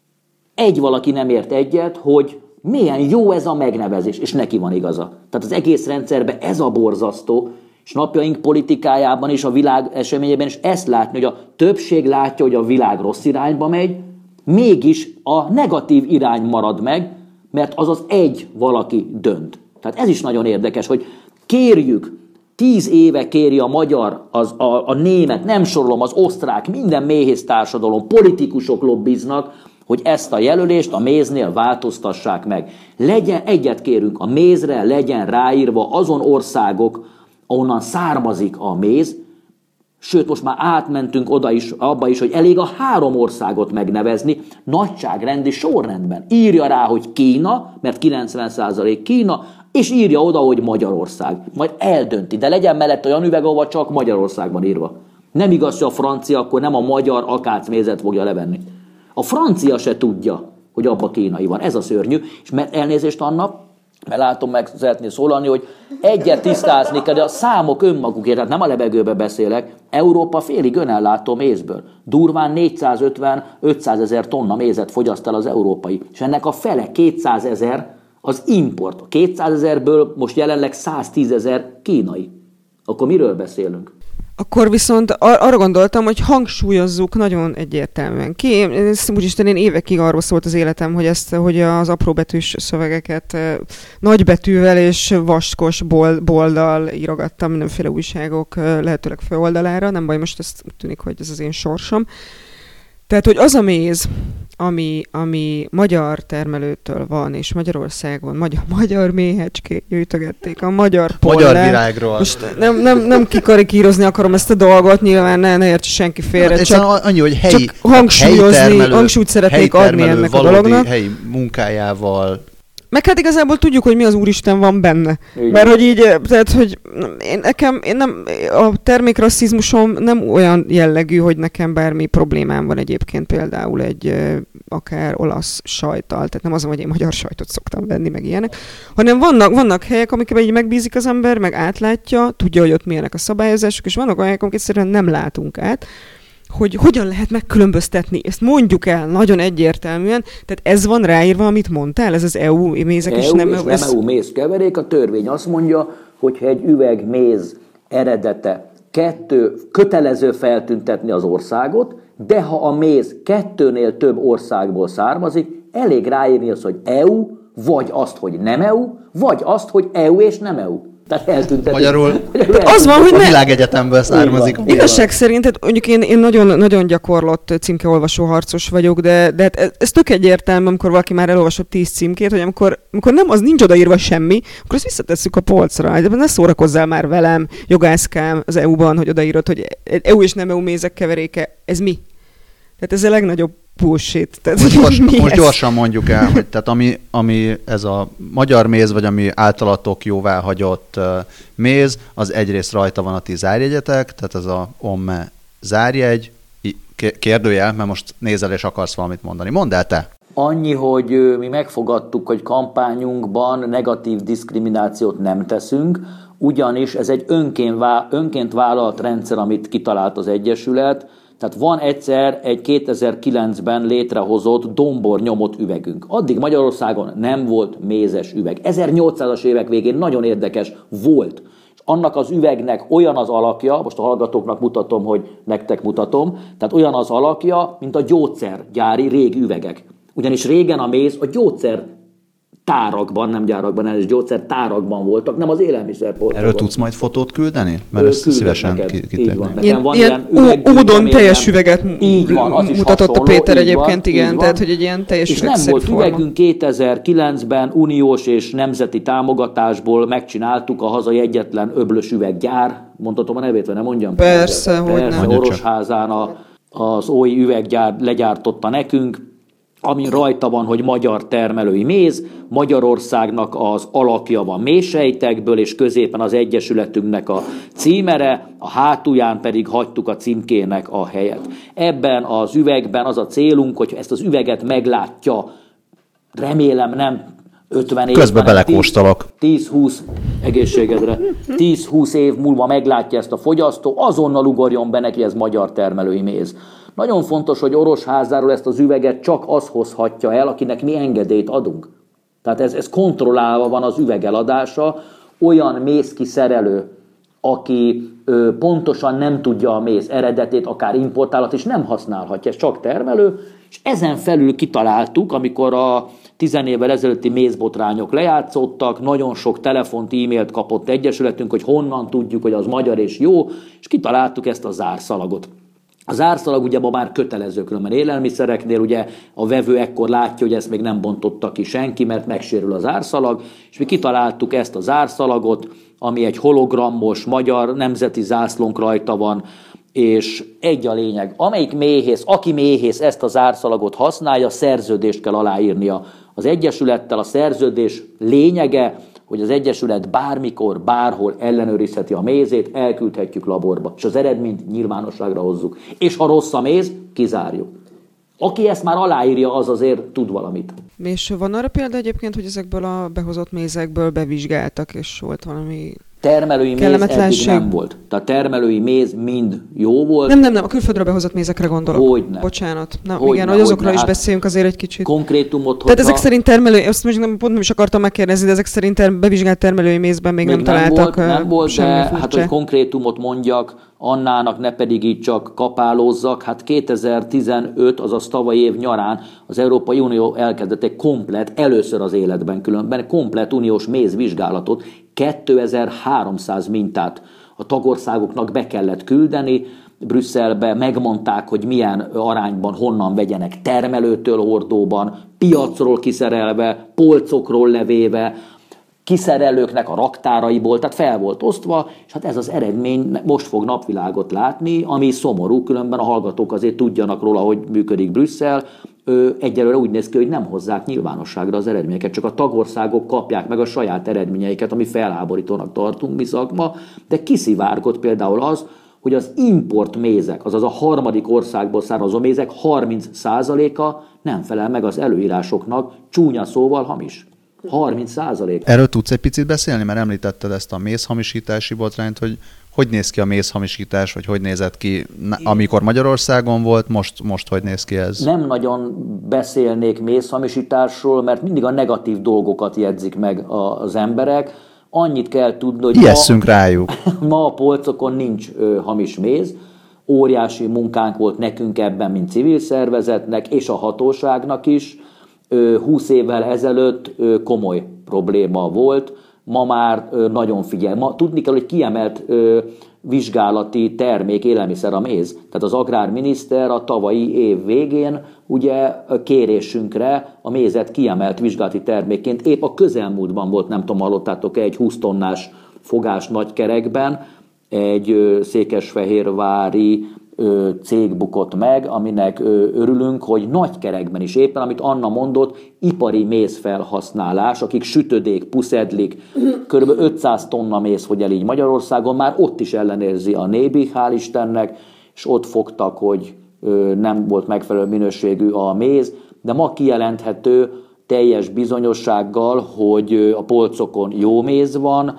Egy valaki nem ért egyet, hogy milyen jó ez a megnevezés, és neki van igaza. Tehát az egész rendszerben ez a borzasztó, és napjaink politikájában és a világ eseményében is ezt látni, hogy a többség látja, hogy a világ rossz irányba megy, mégis a negatív irány marad meg, mert az az egy valaki dönt. Tehát ez is nagyon érdekes, hogy kérjük, Tíz éve kéri a magyar, az, a, a német, nem sorolom, az osztrák, minden méhész társadalom, politikusok lobbiznak, hogy ezt a jelölést a méznél változtassák meg. Legyen, egyet kérünk, a mézre legyen ráírva azon országok, ahonnan származik a méz, sőt, most már átmentünk oda is, abba is, hogy elég a három országot megnevezni, nagyságrendi sorrendben. Írja rá, hogy Kína, mert kilencven százalék Kína, és írja oda, hogy Magyarország. Majd eldönti, de legyen mellett olyan üveg, ahol csak Magyarországban írva. Nem igaz, hogy a francia akkor nem a magyar akácmézet fogja levenni. A francia se tudja, hogy abba kínai van. Ez a szörnyű. És mert elnézést annak, mert látom, meg szeretnél szólalni, hogy egyet tisztázni kell, de a számok önmagukért, tehát nem a lebegőbe beszélek, Európa félig önellátó mézből. Durván négyszázötven-ötszáz ezer tonna mézet fogyaszt el az európai. És ennek a fele kétszázezer az import. A kétszázezerből most jelenleg száztízezer kínai. Akkor miről beszélünk? Akkor viszont ar- arra gondoltam, hogy hangsúlyozzuk nagyon egyértelműen ki. Úristen, én évekig arról szólt az életem, hogy ezt, hogy az apróbetűs szövegeket e, nagybetűvel és vaskos bol- boldal írogattam mindenféle újságok e, lehetőleg főoldalára. Nem baj, most ezt tűnik, hogy ez az én sorsom. Tehát, hogy az a méz, ami, ami magyar termelőtől van, és Magyarországon magyar, magyar méhecskét gyűjtögették, a magyar pollen. Magyar virágról. Most nem, nem, nem kikarikírozni akarom ezt a dolgot, nyilván ne, ne értse senki félre. Csak, annyi, hogy helyi, csak hangsúlyozni, helyi termelő, hangsúlyt szeretnék helyi adni ennek a dolognak. Helyi munkájával. Meg hát igazából tudjuk, hogy mi az Úristen van benne. Igen. Mert hogy így, tehát, hogy én nekem, én nem, a termékrasszizmusom nem olyan jellegű, hogy nekem bármi problémám van egyébként például egy akár olasz sajttal, tehát nem azon, hogy én magyar sajtot szoktam venni, meg ilyenek, hanem vannak, vannak helyek, amikben így megbízik az ember, meg átlátja, tudja, hogy ott milyenek a szabályozások, és vannak olyan helyek, amiket egyszerűen nem látunk át, hogy hogyan lehet megkülönböztetni. Ezt mondjuk el nagyon egyértelműen. Tehát ez van ráírva, amit mondtál? Ez az é u mézek és nem é u? És nem é u méz keverék. A törvény azt mondja, hogy ha egy üveg méz eredete kettő, kötelező feltüntetni az országot, de ha a méz kettőnél több országból származik, elég ráírni azt, hogy é u, vagy azt, hogy nem é u, vagy azt, hogy é u és nem é u. Tehát eltüntetik. Magyarul az van, hogy a világegyetemből származik. Igazság szerint, tehát mondjuk én, én nagyon, nagyon gyakorlott címkeolvasó harcos vagyok, de, de hát ez, ez tök egyértelmű, amikor valaki már elolvasott tíz címkét, hogy amikor, amikor nem, az nincs odaírva semmi, akkor azt visszatesszük a polcra. Ne szórakozzál már velem, jogászkám az é u-ban, hogy odaírod, hogy é u és nem é u mézek keveréke. Ez mi? Tehát ez a legnagyobb bullshit. Tehát, most, most, most gyorsan mondjuk el, hogy tehát ami, ami ez a magyar méz, vagy ami általatok jóvá hagyott uh, méz, az egyrészt rajta van a ti zárjegyetek, tehát ez a omme zárjegy, kérdőjel, mert most nézel és akarsz valamit mondani. Mondd el te! Annyi, hogy uh, mi megfogadtuk, hogy kampányunkban negatív diszkriminációt nem teszünk, ugyanis ez egy önként, vá- önként vállalt rendszer, amit kitalált az Egyesület. Tehát van egyszer egy kétezer-kilencben létrehozott dombor nyomott üvegünk. Addig Magyarországon nem volt mézes üveg. ezernyolcszázas évek végén nagyon érdekes volt. És annak az üvegnek olyan az alakja, most a hallgatóknak mutatom, hogy nektek mutatom, tehát olyan az alakja, mint a gyógyszergyári régi üvegek. Ugyanis régen a méz a gyógyszer tárakban, nem gyárakban, ez gyógyszertárakban voltak, nem az élelmiszerboltokban. Erről tudsz majd fotót küldeni? Mert ezt szívesen kitérnék. Ilyen, ilyen údon teljes üveget így van, mutatott hasonló, a Péter egyébként, van, igen, tehát hogy egy ilyen teljes és nem volt üvegünk, kétezer-kilencben uniós és nemzeti támogatásból megcsináltuk a hazai egyetlen öblös üveggyár, mondhatom a nevét, vagy nem mondjam? Persze, hogy Persze, nem. Orosházán a, az Ói üveggyár legyártotta nekünk, ami rajta van, hogy magyar termelői méz, Magyarországnak az alakja van méhsejtekből, és középen az egyesületünknek a címere, a hátulján pedig hagytuk a címkének a helyet. Ebben az üvegben az a célunk, hogy ezt az üveget meglátja, remélem nem ötven évben. Közben belekóstolok. tíz-húsz egészségedre. tíz-húsz év múlva meglátja ezt a fogyasztó, azonnal ugorjon be neki, ez magyar termelői méz. Nagyon fontos, hogy Orosházáról ezt az üveget csak az hozhatja el, akinek mi engedélyt adunk. Tehát ez, ez kontrollálva van az üveg eladása. Olyan mézkiszerelő, aki ö, pontosan nem tudja a méz eredetét, akár importálat is nem használhatja, ez csak termelő, és ezen felül kitaláltuk, amikor a tizen évvel ezelőtti mézbotrányok lejátszottak, nagyon sok telefont, e-mailt kapott egyesületünk, hogy honnan tudjuk, hogy az magyar és jó, és kitaláltuk ezt a zárszalagot. A zárszalag ugye ma már kötelező, különben élelmiszereknél, ugye a vevő ekkor látja, hogy ezt még nem bontotta ki senki, mert megsérül a zárszalag, és mi kitaláltuk ezt a zárszalagot, ami egy hologrammos, magyar nemzeti zászlónk rajta van, és egy a lényeg, amelyik méhész, aki méhész ezt a zárszalagot használja, szerződést kell aláírnia az egyesülettel. A szerződés lényege, hogy az egyesület bármikor, bárhol ellenőrizheti a mézét, elküldhetjük laborba, és az eredményt nyilvánosságra hozzuk. És ha rossz a méz, kizárjuk. Aki ezt már aláírja, az azért tud valamit. És van arra példa egyébként, hogy ezekből a behozott mézekből bevizsgáltak, és volt valami termelői méz eddig nem volt. Tehát termelői méz mind jó volt. Nem, nem, nem, a külföldről behozott mézekre gondolok. Hogyne. Bocsánat. Na, Hogyne, igen, hogy azokról hogyne. is beszéljünk azért egy kicsit. Konkrétumot, Tehát ezek szerint termelői, azt most nem, pont nem is akartam megkérdezni, de ezek szerint ter- bevizsgált termelői mézben még, még nem, nem találtak volt, nem volt, semmi de furcsa. hát, hogy konkrétumot mondjak, Annának ne pedig így csak kapálózzak. Hát kétezer-tizenöt, azaz tavalyi év nyarán az Európai Unió elkezdett egy komplet, először az életben különben, komplet uniós mézvizsgálatot, kétezer-háromszáz mintát a tagországoknak be kellett küldeni, Brüsszelbe megmondták, hogy milyen arányban honnan vegyenek termelőtől hordóban, piacról kiszerelve, polcokról levéve, kiszerelőknek a raktáraiból, tehát fel volt osztva, és hát ez az eredmény most fog napvilágot látni, ami szomorú, különben a hallgatók azért tudjanak róla, hogy működik Brüsszel. Egyelőre úgy néz ki, hogy nem hozzák nyilvánosságra az eredményeket, csak a tagországok kapják meg a saját eredményeiket, ami felháborítónak tartunk mi szakma, de kiszivárgott például az, hogy az import mézek, azaz a harmadik országból származó mézek harminc százaléka nem felel meg az előírásoknak, csúnya szóval hamis. harminc százalék. Erről tudsz egy picit beszélni, mert említetted ezt a mézhamisítási botrányt, hogy hogy néz ki a mézhamisítás, vagy hogy nézett ki, amikor Magyarországon volt, most, most hogy néz ki ez? Nem nagyon beszélnék mézhamisításról, mert mindig a negatív dolgokat jegyzik meg az emberek. Annyit kell tudni, hogy ijesszünk ma, rájuk. Ma a polcokon nincs ö, hamis méz. Óriási munkánk volt nekünk ebben, mint civil szervezetnek, és a hatóságnak is. húsz évvel ezelőtt ö, komoly probléma volt. Ma már ö, nagyon figyel. Ma tudni kell, hogy kiemelt ö, vizsgálati termék, élelmiszer a méz. Tehát az agrárminiszter a tavalyi év végén ugye kérésünkre a mézet kiemelt vizsgálati termékként épp a közelmúltban volt, nem tudom, hallottátok-e, egy húsz tonnás fogás Nagykerekben, egy ö, székesfehérvári ö, cég bukott meg, aminek ö, örülünk, hogy Nagykerekben is éppen, amit Anna mondott, ipari mézfelhasználás, akik sütödék, puszedlik, kb. ötszáz tonna méz fogy el így Magyarországon, már ott is ellenérzi a nébi, hál' Istennek, és ott fogtak, hogy ö, nem volt megfelelő minőségű a méz, de ma kijelenthető teljes bizonyossággal, hogy a polcokon jó méz van,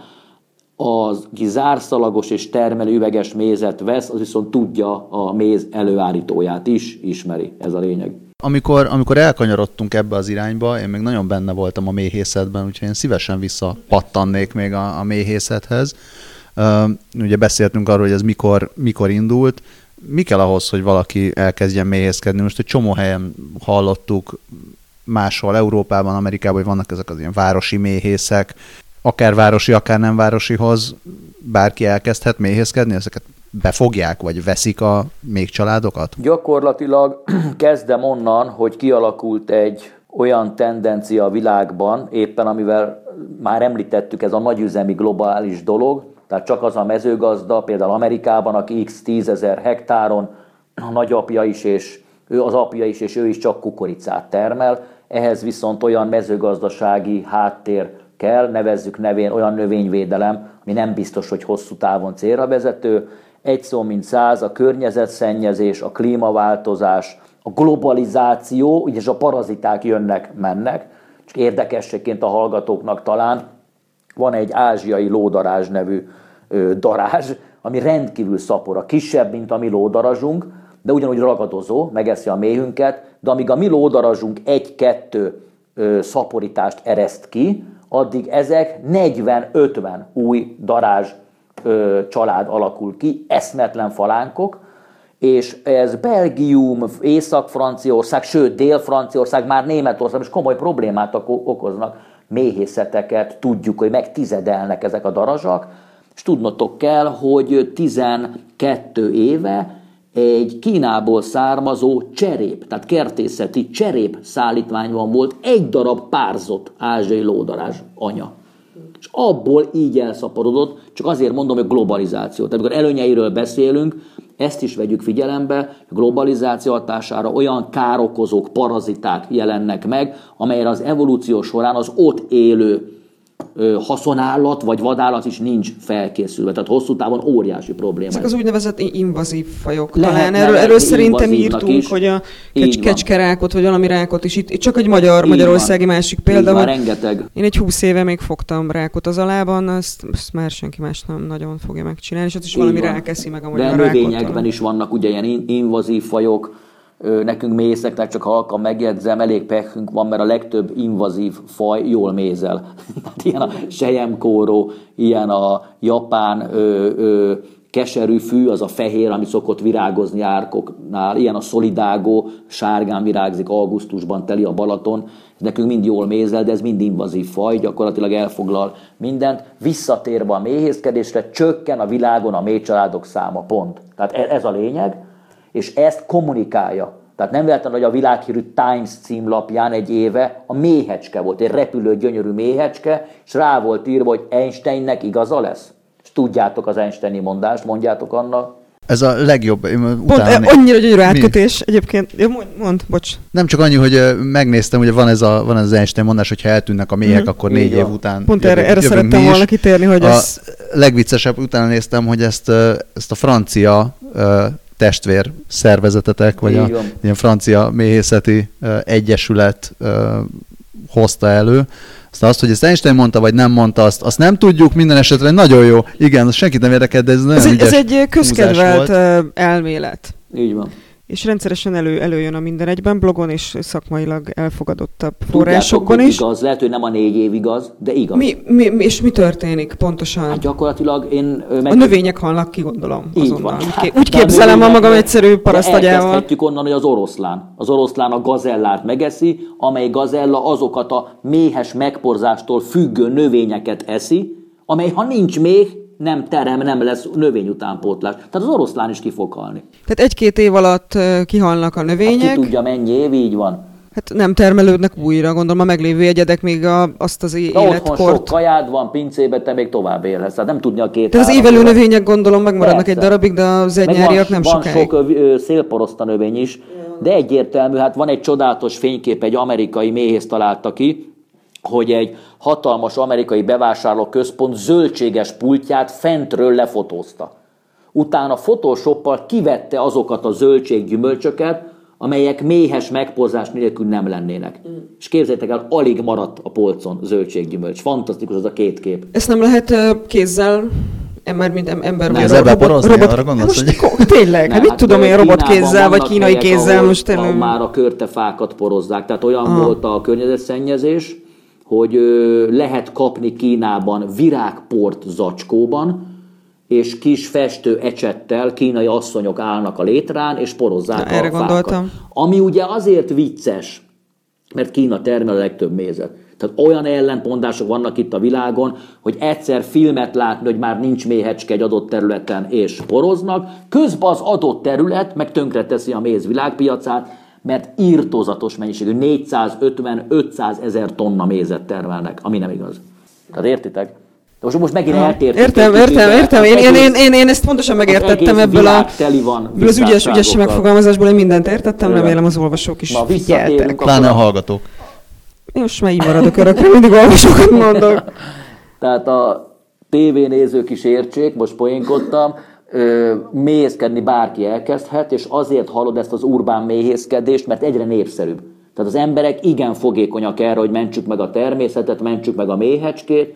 az, aki zárszalagos és termelő üveges mézet vesz, az viszont tudja a méz előállítóját is, ismeri, ez a lényeg. Amikor, amikor elkanyarodtunk ebbe az irányba, én még nagyon benne voltam a méhészetben, úgyhogy én szívesen visszapattannék még a, a méhészethez. Uh, ugye beszéltünk arról, hogy ez mikor, mikor indult. Mi kell ahhoz, hogy valaki elkezdjen méhészkedni? Most egy csomó helyen hallottuk, máshol, Európában, Amerikában, hogy vannak ezek az ilyen városi méhészek, akár városi, akár nem városihoz bárki elkezdhet méhészkedni, ezeket befogják, vagy veszik a méhcsaládokat? Gyakorlatilag kezdem onnan, hogy kialakult egy olyan tendencia a világban, éppen amivel már említettük, ez a nagyüzemi globális dolog, tehát csak az a mezőgazda, például Amerikában, aki x tízezer hektáron, a nagyapja is, és ő az apja is, és ő is csak kukoricát termel, ehhez viszont olyan mezőgazdasági háttér kell, nevezzük nevén olyan növényvédelem, ami nem biztos, hogy hosszú távon célra vezető. Egy szó mint száz, a környezetszennyezés, a klímaváltozás, a globalizáció, és a paraziták jönnek, mennek. Csak érdekességként a hallgatóknak talán van egy ázsiai lódarázs nevű ö, darázs, ami rendkívül szapora, kisebb, mint a mi lódarazsunk, de ugyanúgy ragadozó, megeszi a méhünket, de amíg a mi lódarazsunk egy-kettő ö, szaporítást ereszt ki, addig ezek negyven-ötven új darázs ö, család alakul ki, eszmetlen falánkok, és ez Belgium, Észak-Franciaország, sőt Dél-Franciaország, már Németország is komoly problémát okoznak, méhészeteket, tudjuk, hogy megtizedelnek ezek a darazsak, és tudnotok kell, hogy tizenkét éve egy Kínából származó cserép, tehát kertészeti cserép szállítványban volt egy darab párzott ázsiai lódarázs anya. És abból így elszaporodott, csak azért mondom, hogy globalizáció. Tehát amikor előnyeiről beszélünk, ezt is vegyük figyelembe, a globalizáció hatására olyan károkozók, paraziták jelennek meg, amelyre az evolúció során az ott élő ö, haszonállat vagy vadállat is nincs felkészülve. Tehát hosszú távon óriási probléma. Ezek az úgynevezett invazív fajok. Lehet, talán erről, erről szerintem írtunk, is. hogy a kecs, kecskerákot, vagy valami rákot is. Itt, itt csak egy magyar, így magyarországi van. Másik példa. Van, rengeteg. Én egy húsz éve még fogtam rákot az alában, azt, azt már senki más nem nagyon fogja megcsinálni, és ott is így valami van. Rákeszi meg a magyar rákot. De növényekben is vannak ugye ilyen invazív fajok. Nekünk méhészeknek csak halkan megjegyzem, elég pehünk van, mert a legtöbb invazív faj jól mézel. Ilyen a selyemkóró, ilyen a japán ö, ö, keserű fű, az a fehér, ami szokott virágozni árkoknál, ilyen a szolidágó, sárgán virágzik, augusztusban teli a Balaton. Ez nekünk mind jól mézel, de ez mind invazív faj, gyakorlatilag elfoglal mindent. Visszatérve a méhészkedésre, csökken a világon a méhcsaládok száma, pont. Tehát ez a lényeg. És ezt kommunikálja. Tehát nem véletlenül, hogy a világhírű Times címlapján egy éve a méhecske volt, egy repülő gyönyörű méhecske, és rá volt írva, hogy Einsteinnek igaza lesz. És tudjátok az Einsteini mondást, mondjátok annak. Ez a legjobb. Pont e, annyira gyönyörű átkötés egyébként. Ja, mond, mond, bocs. Nem csak annyi, hogy megnéztem, hogy van ez, a, van ez az Einstein mondás, hogy ha eltűnnek a méhek, mm. akkor négy év után Pont jövünk, erre, erre szerettem volna kitérni, hogy a ez... legviccesebb, utána néztem, hogy ezt, ezt a francia testvér szervezetetek, vagy a ilyen francia méhészeti uh, egyesület uh, hozta elő. Aztán azt, hogy ezt Einstein mondta, vagy nem mondta, azt, azt nem tudjuk, minden esetre nagyon jó. Igen, az senkit nem érdekel, de ez nagyon ez ügyes egy, ez egy közkedvelt volt. Elmélet. Így van. És rendszeresen elő, előjön a minden egyben blogon, és szakmailag elfogadottabb forrásokban is. Igaz, lehet, hogy nem a négy év igaz, de igaz. Mi, mi, és mi történik pontosan? Hát gyakorlatilag én... Meg... A növények halnak ki, gondolom. Így azonnal. Van. Hát, úgy képzelem a magam egyszerű parasztagyával. Elkezdhetjük onnan, hogy az oroszlán. Az oroszlán a gazellát megeszi, amely gazella azokat a méhes megporzástól függő növényeket eszi, amely ha nincs méh, nem terem, nem lesz növényutánpótlás. Tehát az oroszlán is ki fog halni. Tehát egy-két év alatt kihalnak a növények. Hát ki tudja, mennyi év, így van. Hát nem termelődnek újra, gondolom a meglévő egyedek még a, azt az életkort. Otthon sok kajád van, pincébe, te még tovább élhetsz. Tehát nem tudni a két. Tehát az évelő növények gondolom megmaradnak persze. Egy darabig, de az egynyáriak nem van sokáig. Van sok szélporoszta növény is, de egyértelmű, hát van egy csodálatos fénykép, egy amerikai méhész találta ki, hogy egy hatalmas amerikai bevásárlóközpont zöldséges pultját fentről lefotózta. Utána Photoshoppal kivette azokat a zöldséggyümölcsöket, amelyek méhes megporzás nélkül nem lennének. Mm. És képzeljétek el, alig maradt a polcon zöldséggyümölcs. Fantasztikus az a két kép. Ezt nem lehet uh, kézzel, ember, mint ember, vagy robot, robot, robot, arra gondolsz, most, hogy... Tényleg, hát mit hát tudom én robotkézzel, vagy kínai helyek, kézzel ahol, most elő... már a körtefákat porozzák. Tehát olyan ah. volt a környezetszennyezés, hogy ö, lehet kapni Kínában virágport zacskóban, és kis festő ecsettel kínai asszonyok állnak a létrán, és porozzák Na, a erre fákat. Gondoltam. Ami ugye azért vicces, mert Kína termel a legtöbb mézet. Tehát olyan ellentmondások vannak itt a világon, hogy egyszer filmet látni, hogy már nincs méhecske egy adott területen, és poroznak, közben az adott terület meg tönkreteszi a méz világpiacát, mert írtózatos mennyiségű, négyszázötven-ötszáz ezer tonna mézet termelnek, ami nem igaz. Tehát értitek? De most, most megint eltértünk. Értem, értem, értem. Én, én, én, én, én ezt pontosan megértettem ebből, a, ebből az ügyes, ügyes megfogalmazásból, én mindent értettem, remélem az olvasók is figyeltek. Pláne a hallgatók. Én most már így maradok örökre, mindig olvasókat mondok. Tehát a tévénézők is értsék, most poénkodtam, méhészkedni bárki elkezdhet, és azért hallod ezt az urbán méhészkedést, mert egyre népszerűbb. Tehát az emberek igen fogékonyak erre, hogy mentsük meg a természetet, mentsük meg a méhecskét,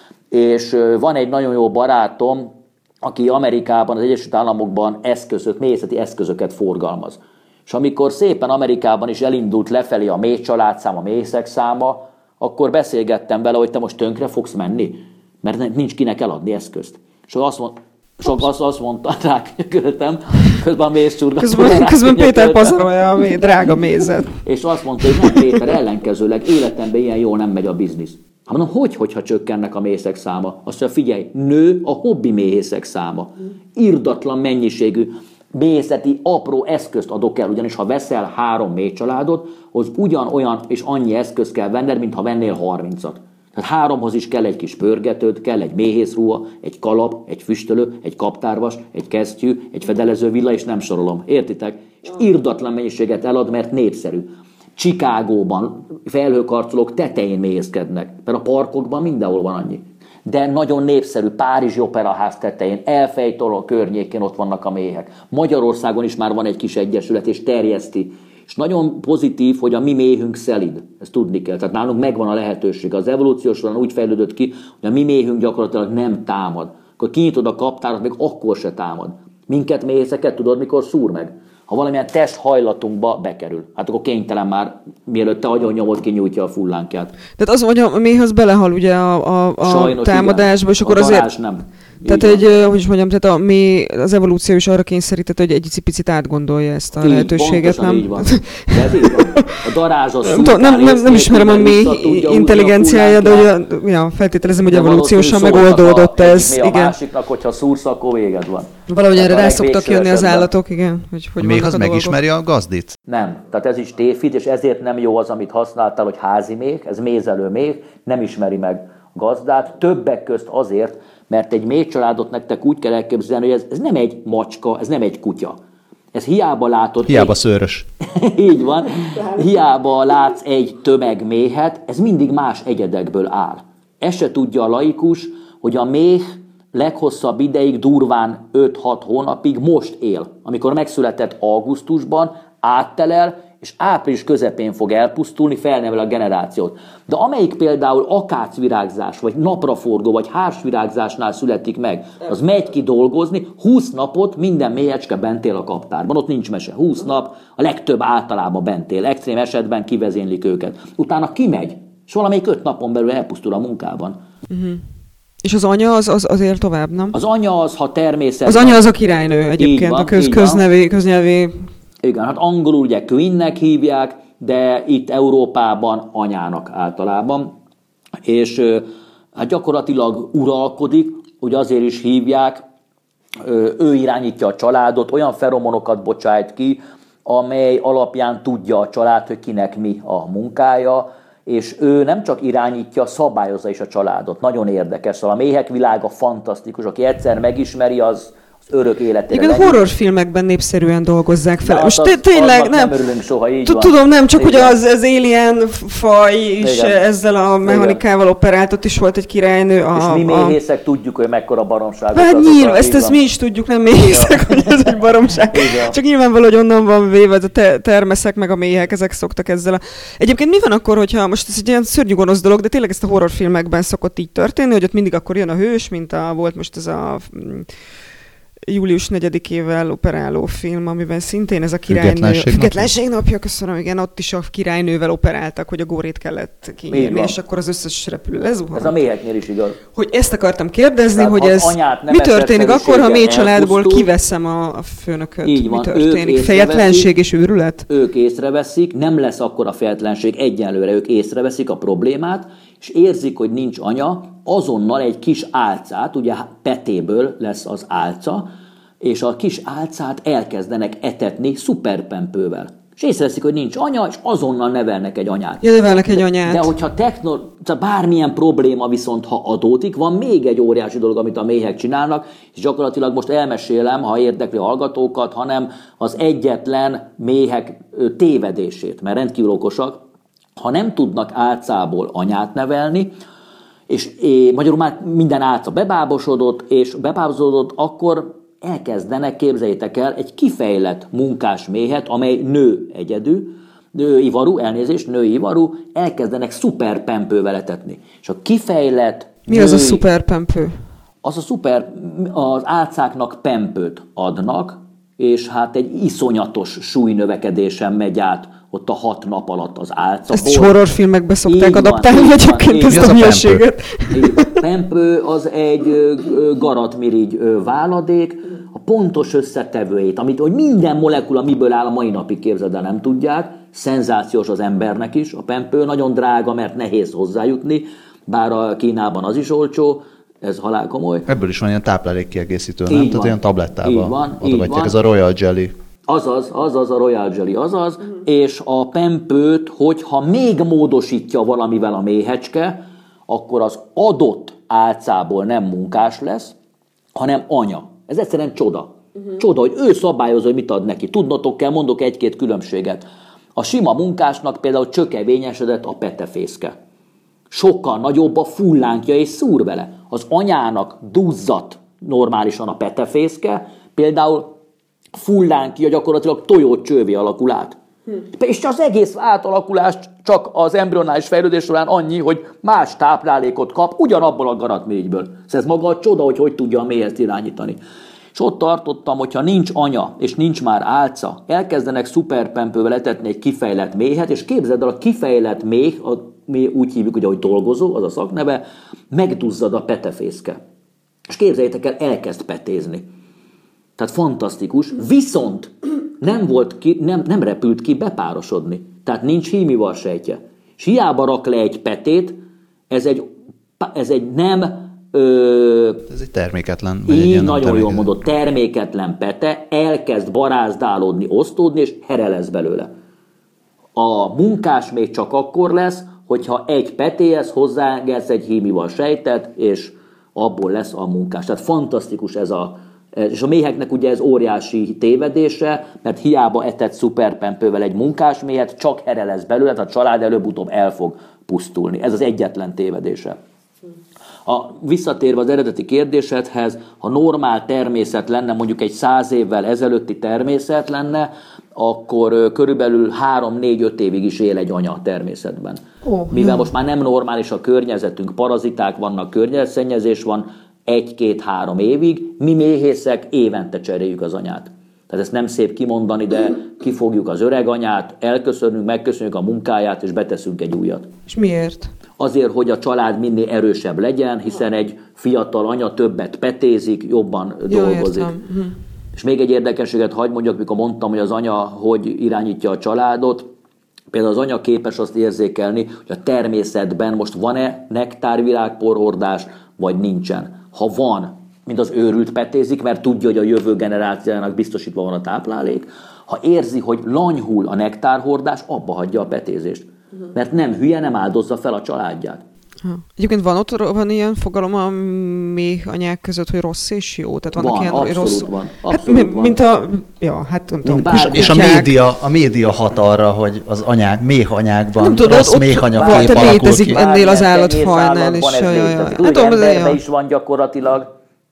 és van egy nagyon jó barátom, aki Amerikában, az Egyesült Államokban eszközök, méhészeti eszközöket forgalmaz. És amikor szépen Amerikában is elindult lefelé a méh családszám, a méhészek száma, akkor beszélgettem vele, hogy te most tönkre fogsz menni, mert nincs kinek eladni eszközt. És azt mondta, Sok azt, azt mondta, rákönyököltem, közben a mézcsurgató. Közben, közben Péter pazarolja a mély, drága mézet. És azt mondta, hogy nem Péter, ellenkezőleg életemben ilyen jól nem megy a biznisz. Hát mondom, hogy, hogyha csökkennek a méhészek száma? Azt mondja, figyelj, nő a hobbi méhészek száma. Irdatlan mennyiségű méhészeti apró eszközt adok el, ugyanis ha veszel három méhcsaládot, az ugyanolyan és annyi eszköz kell venned, mint ha vennél harmincat. Tehát háromhoz is kell egy kis pörgetőd, kell egy méhészruha, egy kalap, egy füstölő, egy kaptárvas, egy kesztyű, egy fedelező villa, és nem sorolom. Értitek? És irdatlan mennyiséget elad, mert népszerű. Chicagóban felhőkarcolók tetején méhészkednek, mert a parkokban mindenhol van annyi. De nagyon népszerű, Párizsi Operaház tetején, Elfejtól környékén ott vannak a méhek. Magyarországon is már van egy kis egyesület, és terjeszti. És nagyon pozitív, hogy a mi méhünk szelíd. Ezt tudni kell. Tehát nálunk megvan a lehetőség. Az evolúciós során úgy fejlődött ki, hogy a mi méhünk gyakorlatilag nem támad. Akkor kinyitod a kaptárat, még akkor se támad. Minket méhészeket tudod, mikor szúr meg? Ha valamilyen testhajlatunkba bekerül. Hát akkor kénytelen már, mielőtt te agyon nyomod, kinyújtja a fullánkját. Tehát az, hogy a méh az belehal ugye a, a, a Sajnos, támadásba, és akkor a azért... nem. Tehát egy, hogy is mondjam, tehát a méh, az evolúció is arra kényszerített, hogy egy picit átgondolja ezt a így, lehetőséget, nem? Így van. De ez így van. A darázs az nem, nem, nem, nem ismerem a méh intelligenciáját, de ugye, ja, feltételezem, hogy evolúciósan megoldódott ez. Mi a igen. másiknak, hogyha szúrsz, akkor véged van. Valahogy erre rá szoktak jönni az állatok, igen. Hogy, hogy még az a megismeri a gazdit? Nem. Tehát ez is tévhit, és ezért nem jó az, amit használtál, hogy házi méh, ez mézelő méh, nem ismeri meg a gazdát. Többek közt azért, mert egy méhcsaládot nektek úgy kell elképzelni, hogy ez, ez nem egy macska, ez nem egy kutya. Ez hiába látod... Hiába egy... szőrös. Így van. Hiába látsz egy tömegméhet, ez mindig más egyedekből áll. Ez se tudja a laikus, hogy a méh leghosszabb ideig, durván öt-hat hónapig most él. Amikor megszületett augusztusban, áttelel, és április közepén fog elpusztulni, felnevel a generációt. De amelyik például akácvirágzás, vagy napraforgó, vagy hársvirágzásnál születik meg, az megy ki dolgozni, húsz napot minden méhecske bent él a kaptárban. Ott nincs mese. húsz nap, a legtöbb általában bent él. Extrém esetben kivezénylik őket. Utána kimegy, és valamelyik öt napon belül elpusztul a munkában. Uh-huh. És az anya az, az azért tovább, nem? Az anya az, ha természetesen... Az anya az a királynő egyébként, van, a köz, köznevé, köznyelvé... Igen, hát angolul ugye Queennek hívják, de itt Európában anyának általában. És hát gyakorlatilag uralkodik, ugye azért is hívják, ő irányítja a családot, olyan feromonokat bocsájt ki, amely alapján tudja a család, hogy kinek mi a munkája, és ő nem csak irányítja, szabályozza is a családot. Nagyon érdekes. Szóval a méhek világa fantasztikus. Aki egyszer megismeri, az, az örök életére. Igen, a horrorfilmekben népszerűen dolgozzák fel. Most az, tényleg nem, nem örülünk soha, így van. Tudom, nem, csak igen. hogy az, az alien faj is igen. ezzel a mechanikával operált, ott is volt egy királynő. A, és mi a... méhészek tudjuk, hogy mekkora baromság. Hát nyilván, ezt, ezt mi is tudjuk, nem méhészek, hogy ez egy baromság. Igen. Csak nyilvánvaló, hogy onnan van véve, a te- termeszek meg a méhek, ezek szoktak ezzel a... Egyébként mi van akkor, hogyha most ez egy ilyen szörnyű gonosz dolog, de tényleg ezt a horrorfilmekben szokott így történni, hogy ott mindig akkor jön a hős, mint a, volt most ez a... július negyedikével operáló film, amiben szintén ez a királynő... Függetlenség, Függetlenség napja, köszönöm, igen, ott is a királynővel operáltak, hogy a górét kellett kinyírni, és akkor az összes repülő lezuhant. Ez a méheknél is igaz. Hogy ezt akartam kérdezni, Tehát hogy ez mi történik akkor, ha mély családból kiveszem a, a főnököt? Így van, mi történik? ők Fejetlenség és őrület? Ők észreveszik, nem lesz akkor a fejetlenség, egyenlőre ők észreveszik a problémát, és érzik, hogy nincs anya, azonnal egy kis álcát, ugye petéből lesz az álca, és a kis álcát elkezdenek etetni szuperpempővel. És észreveszik, hogy nincs anya, és azonnal nevelnek egy anyát. Ja, nevelnek egy anyát. De, de hogyha techno, bármilyen probléma viszont, ha adódik, van még egy óriási dolog, amit a méhek csinálnak, és gyakorlatilag most elmesélem, ha érdekli a hallgatókat, hanem az egyetlen méhek tévedését, mert rendkívül okosak, ha nem tudnak álcából anyát nevelni, és é, magyarul már minden álca bebábosodott, és bebábosodott, akkor elkezdenek, képzeljétek el, egy kifejlett munkás méhet, amely nő egyedül, nőivarú, elnézést, nőivarú, elkezdenek szuperpempővel etetni. És a kifejlett... Mi az a szuperpempő? Az a szuper, az álcáknak pempőt adnak, és hát egy iszonyatos súlynövekedésen megy át ott a hat nap alatt az álca. Ezt is horrorfilmekbe szokták adaptálni egyébként ezt a hülyeséget. Pempő az egy garatmirigy váladék, a pontos összetevőjét, amit hogy minden molekula miből áll, a mai napig képzeld el, nem tudják. Szenzációs az embernek is. A pempő nagyon drága, mert nehéz hozzájutni, bár a Kínában az is olcsó, ez halál komoly. Ebből is van ilyen táplálékkiegészítő, nem? Tehát ilyen tablettában adogatják, ez a Royal Jelly. Azaz, azaz a Royal Jelly, azaz, mm. és a pempőt, hogyha még módosítja valamivel a méhecske, akkor az adott álcából nem munkás lesz, hanem anya. Ez egyszerűen csoda. Uh-huh. Csoda, hogy ő szabályozza, hogy mit ad neki. Tudnotok kell, mondok egy-két különbséget. A sima munkásnak például csökevényesedett a petefészke. Sokkal nagyobb a fullánkja, és szúr vele. Az anyának duzzadt normálisan a petefészke, például fullánkja gyakorlatilag tojócsővé alakul át. Hm. És az egész átalakulás csak az embrionális fejlődés során annyi, hogy más táplálékot kap ugyanabból a garatmirigyből. Ez maga a csoda, hogy hogy tudja a méhet irányítani. És ott tartottam, hogyha nincs anya, és nincs már álca, elkezdenek szuperpempővel etetni egy kifejlett méhet, és képzeld el, a kifejlett méh, a, mi úgy hívjuk, ugye, hogy dolgozó, az a szakneve, megduzzad a petefészke. És képzeljétek el, elkezd petézni. Tehát fantasztikus, viszont nem, volt ki, nem, nem repült ki bepárosodni. Tehát nincs hímival sejtje. És hiába rak le egy petét, ez egy, ez egy nem... Ö, ez egy terméketlen. Így egy nagyon terméketlen. jól mondott, terméketlen pete, elkezd barázdálódni, osztódni, és here lesz belőle. A munkás még csak akkor lesz, hogyha egy petéhez hozzáengedsz egy hímival sejtet, és abból lesz a munkás. Tehát fantasztikus ez a... És a méheknek ugye ez óriási tévedése, mert hiába etett szuperpempővel egy munkás méhet, csak here lesz belőle, tehát a család előbb-utóbb el fog pusztulni. Ez az egyetlen tévedése. A, visszatérve az eredeti kérdésedhez, ha normál természet lenne, mondjuk egy száz évvel ezelőtti természet lenne, akkor körülbelül három-négy-öt évig is él egy anya a természetben. Oh, Mivel jó. most már nem normális a környezetünk, paraziták vannak, környezetszennyezés van, egy-két-három évig, mi méhészek évente cseréljük az anyát. Tehát ezt nem szép kimondani, de kifogjuk az öreg anyát, elköszönünk, megköszönjük a munkáját, és beteszünk egy újat. És miért? Azért, hogy a család minél erősebb legyen, hiszen egy fiatal anya többet petézik, jobban Jó, dolgozik. Hm. És még egy érdekességet hagy mondjak, mikor mondtam, hogy az anya hogy irányítja a családot. Például az anya képes azt érzékelni, hogy a természetben most van-e nektárvirágporhordás, vagy nincsen. Ha van, mint az őrült petézik, mert tudja, hogy a jövő generációjának biztosítva van a táplálék. Ha érzi, hogy lanyhul a nektárhordás, abba hagyja a petézést. Uh-huh. Mert nem hülye, nem áldozza fel a családját. Ha. Egyébként van ott van ilyen fogalom a méh anyák között, hogy rossz és jó? Tehát vannak van, ilyen abszolút rossz... van. Abszolút hát, van. Mint a... Ja, hát nem tudom. És, és a, média, a média hat arra, hogy az anyák, méh anyákban nem tudod, rossz méh anyakép alakul létezik ki. ennél az állatfajnál is. Ez ja, ja, ja. hát, emberben is van gyakorlatilag,